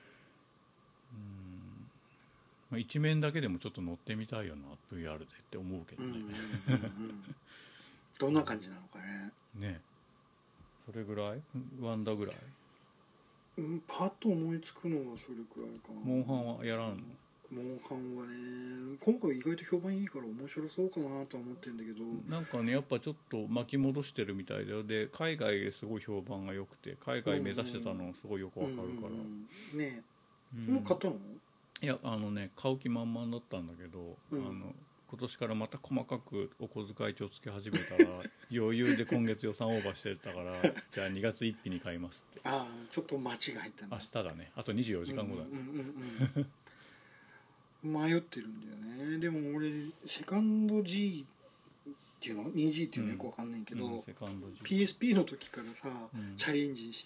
一面だけでもちょっと乗ってみたいよな VR でって思うけどね。 どんな感じなのかね。 ね、それぐらいワンダぐらい、 パッと思いつくのはそれくらいかな。 モンハンはやらんの？ モンハンはね今回意外と評判いいから面白そうかなとは思ってるんだけど、 なんかねやっぱちょっと巻き戻してるみたいで、海外ですごい評判が良くて海外目指してたのすごいよくわかるから、 ねえ、もう買ったの？ いや買う気満々だったんだけど、今年からまた細かくお小遣い帳つけ始めたら余裕で今月予算オーバーしてたからじゃあ2月1日に買いますって。 ああちょっと間違入ったんだ。 明日だね、あと24時間後だね。 迷ってるんだよね。でも俺セカンド G っていうの 2G っていうのよくわかんないけど、PSP の時からさ、チャレンジして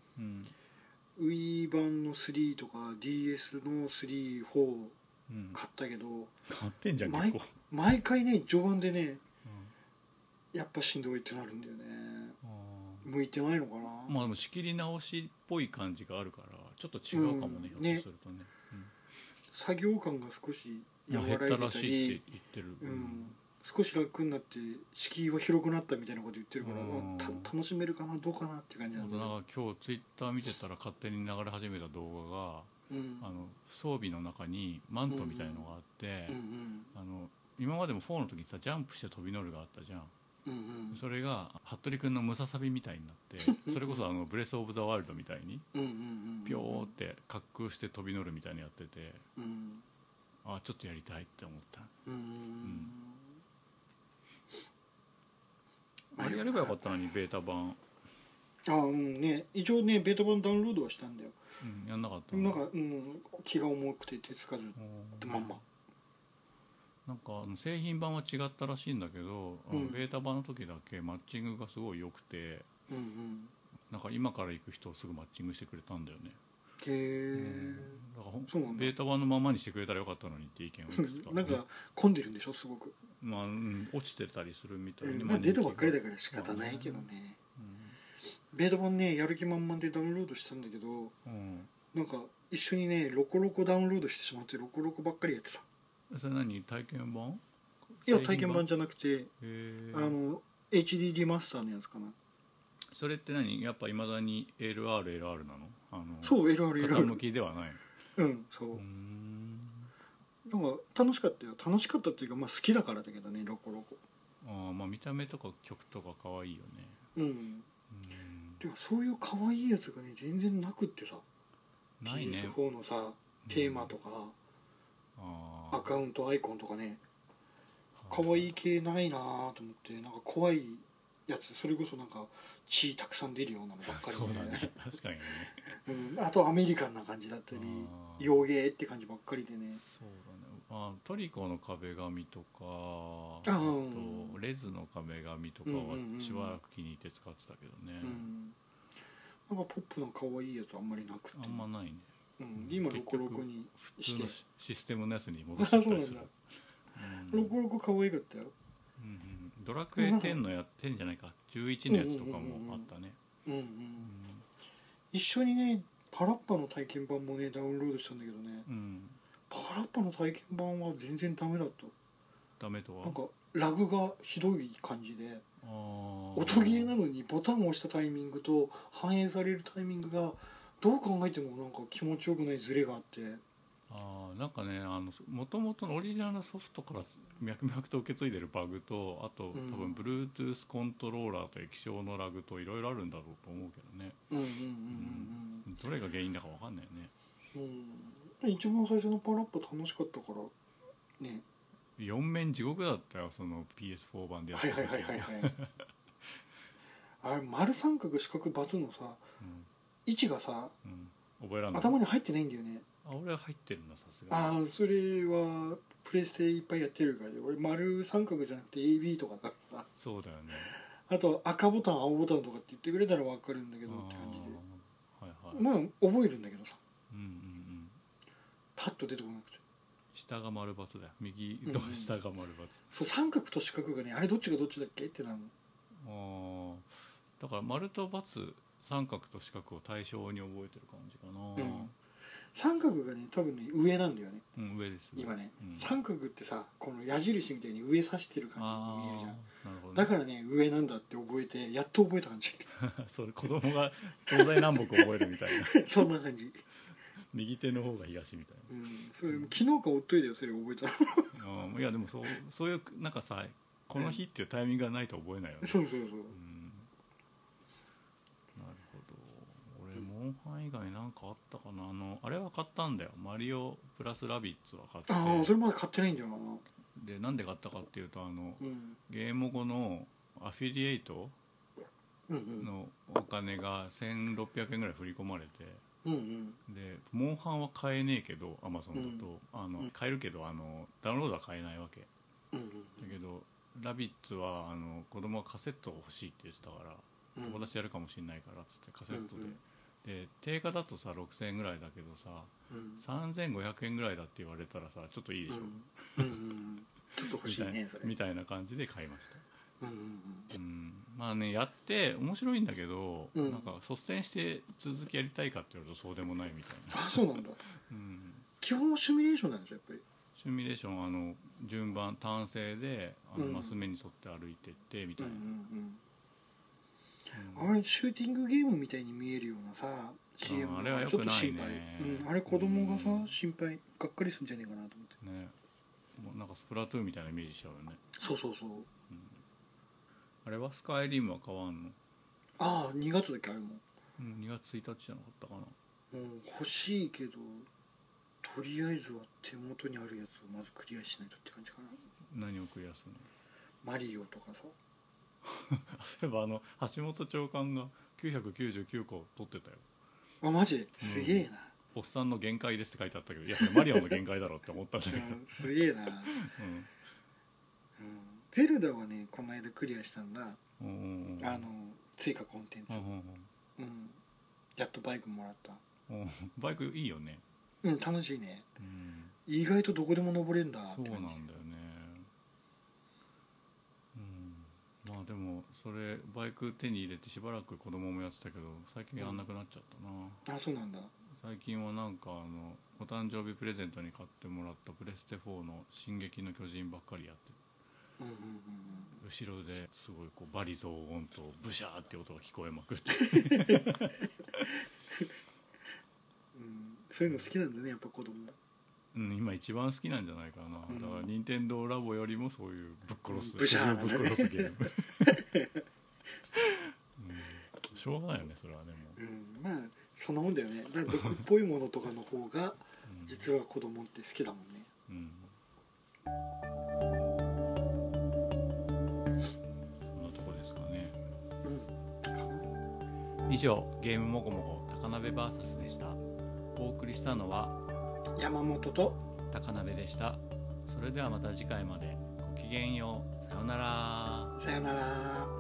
、Wii 版の3とか DS の3、4買ったけど、 買ってんじゃん結構。 毎回ね序盤でね、やっぱしんどいってなるんだよね。向いてないのかな。 まあでも仕切り直しっぽい感じがあるからちょっと違うかもね、ひょっとするとね。 作業感が少し和らいでたり、 減ったらしいって言ってる、 少し楽になって敷居は広くなったみたいなこと言ってるから、楽しめるかなどうかなって感じなんだけど、 なんか今日ツイッター見てたら勝手に流れ始めた動画が、装備の中にマントみたいのがあって、今までも4の時にさジャンプして飛び乗るがあったじゃん、それが服部君のムササビみたいになってそれこそブレス・オブ・ザ・ワールドみたいにピョーって滑空して飛び乗るみたいにやってて、あちょっとやりたいって思った。あれやればよかったのにベータ版。 ね一応ねベータ版ダウンロードはしたんだよ。 やんなかったなんか、気が重くて手つかずってまんま。 なんか製品版は違ったらしいんだけど、ベータ版の時だけマッチングがすごい良くて、なんか今から行く人をすぐマッチングしてくれたんだよね。 へえ。 だからベータ版のままにしてくれたらよかったのにって意見を言ってた、 なんか混んでるんでしょすごく。 まあ、落ちてたりするみたいに、 出たばっかりだから仕方ないけどね。ベータ版ねやる気満々でダウンロードしたんだけど、なんか一緒にねロコロコダウンロードしてしまってロコロコばっかりやってた。 それ何体験版？ いや体験版じゃなくてHD リマスターのやつかな。 それって何やっぱいまだに LR なの？ そう LR 傾きではない。 そう。なんか楽しかったよ。楽しかったっていうか、まあ好きだからだけどね、ロコロコ。 まあ見た目とか曲とか可愛いよね。 でもそういう可愛いやつがね全然なくってさ、 ないね、 PS4 のさテーマとか、アカウントアイコンとかね、可愛い系ないなと思って、なんか怖いやつ、それこそなんか血たくさん出るようなのばっかりで、 そうだね、確かにね、 あとアメリカンな感じだったり洋芸って感じばっかりでね。 そうだね、トリコの壁紙とか、あとレズの壁紙とかはしばらく気に入って使ってたけどね、 なんかポップな可愛いやつあんまりなくて、 あんまないね、 今ロコロコにして普通のシステムのやつに戻してたりする。 ロコロコ可愛かったよ。 ドラクエ10の10じゃないか11のやつとかもあったね。 一緒にねパラッパの体験版もねダウンロードしたんだけどね、パラッパの体験版は全然ダメだった。 ダメとは、 なんかラグがひどい感じで、音ゲーなのにボタンを押したタイミングと反映されるタイミングがどう考えてもなんか気持ちよくないズレがあって、 なんかね、もともとのオリジナルのソフトから脈々と受け継いでるバグと、あと多分 Bluetooth コントローラーと液晶のラグといろいろあるんだろうと思うけどね、どれが原因だか分かんないよね。 一番最初のパラッパ楽しかったからね。 4面地獄だったよ、その PS4 版でやった時。 あれ丸三角四角×のさ、位置がさ、 覚えらんない、 頭に入ってないんだよね。 俺は入ってるんだ、さすがに。 それはプレステいっぱいやってるからで、俺丸三角じゃなくて AB とかだからさ。 そうだよね。 あと赤ボタン青ボタンとかって言ってくれたら分かるんだけどって感じで、まあ覚えるんだけどさ、パッと出てこなくて。 下が丸×だよ、右と下が丸×、 そう、三角と四角がね、あれどっちがどっちだっけってなるの。だから丸と×、三角と四角を対象に覚えてる感じかな。 三角がね多分ね上なんだよね、 上ですね今ね、三角ってさこの矢印みたいに上指してる感じに見えるじゃん。なるほど、ね、だからね上なんだって覚えて、やっと覚えた感じそれ子供が東西南北覚えるみたいなそんな感じ。 右手の方が東みたいな、 それ昨日かおっといだよ、それ覚えたいやでもそういうなんかさ、この日っていうタイミングがないと覚えないよね。 そう、なるほど。俺モンハン以外なんかあったかな。あれは買ったんだよ、マリオプラスラビッツは買って。 それまだ買ってないんだよな。 でなんで買ったかっていうとゲーム後のアフィリエイトのお金が1600円ぐらい振り込まれて、でモンハンは買えねえけどアマゾンだと、買えるけどダウンロードは買えないわけ、だけどラビッツは子供がカセットが欲しいって言ってたから、友達やるかもしれないからっつってカセットで、で定価だとさ6000円ぐらいだけどさ、3500円ぐらいだって言われたらさちょっといいでしょ、 ちょっと欲しいねそれみたいな感じで買いました。まあね、やって面白いんだけど、なんか率先して続きやりたいかって言われるとそうでもないみたいな。 そうなんだ、基本はシミュレーションなんでしょ、やっぱり。 シミュレーション順番単性でマス目に沿って歩いてってみたいな、 あれシューティングゲームみたいに見えるようなさ CM あれはよくないね。 ちょっと心配、あれ子供がさ心配がっかりするんじゃねえかなと思ってね。もうなんかスプラトゥーンみたいなイメージしちゃうよね。 そう、 あれはスカイリムは変わんの ？2月だっけあれも、 2月1日じゃなかったかな。 欲しいけどとりあえずは手元にあるやつをまずクリアしないとって感じかな。 何をクリアするの？マリオとかさそういえば橋本長官が999個取ってたよ。 マジすげえな、 おっさんの限界ですって書いてあったけど、いやマリオの限界だろって思ったんだけど、 すげえな、ゼルダはねこの間クリアしたんだ、追加コンテンツ、やっとバイクもらった。 バイクいいよね。 楽しいね、意外とどこでも登れるんだって感じ。 そうなんだよね。まあでもそれバイク手に入れてしばらく子供もやってたけど最近やんなくなっちゃったな。 そうなんだ。 最近はなんかお誕生日プレゼントに買ってもらったプレステ4の「進撃の巨人」ばっかりやって後ろですごいこうバリ増音とブシャーって音が聞こえまくってそういうの好きなんだねやっぱ子供。 今一番好きなんじゃないかな、だから任天堂ラボよりもそういうぶっ殺す、 ブシャーなねぶっ殺すゲームしょうがないよねそれはねもう、 まあそんなもんだよね。だから毒っぽいものとかの方が実は子供って好きだもんね。 そんなとこですかね。以上ゲームもこもこ高鍋 VS でした。お送りしたのは山本と高鍋でした。それではまた次回までごきげんよう。さようなら。 さよなら。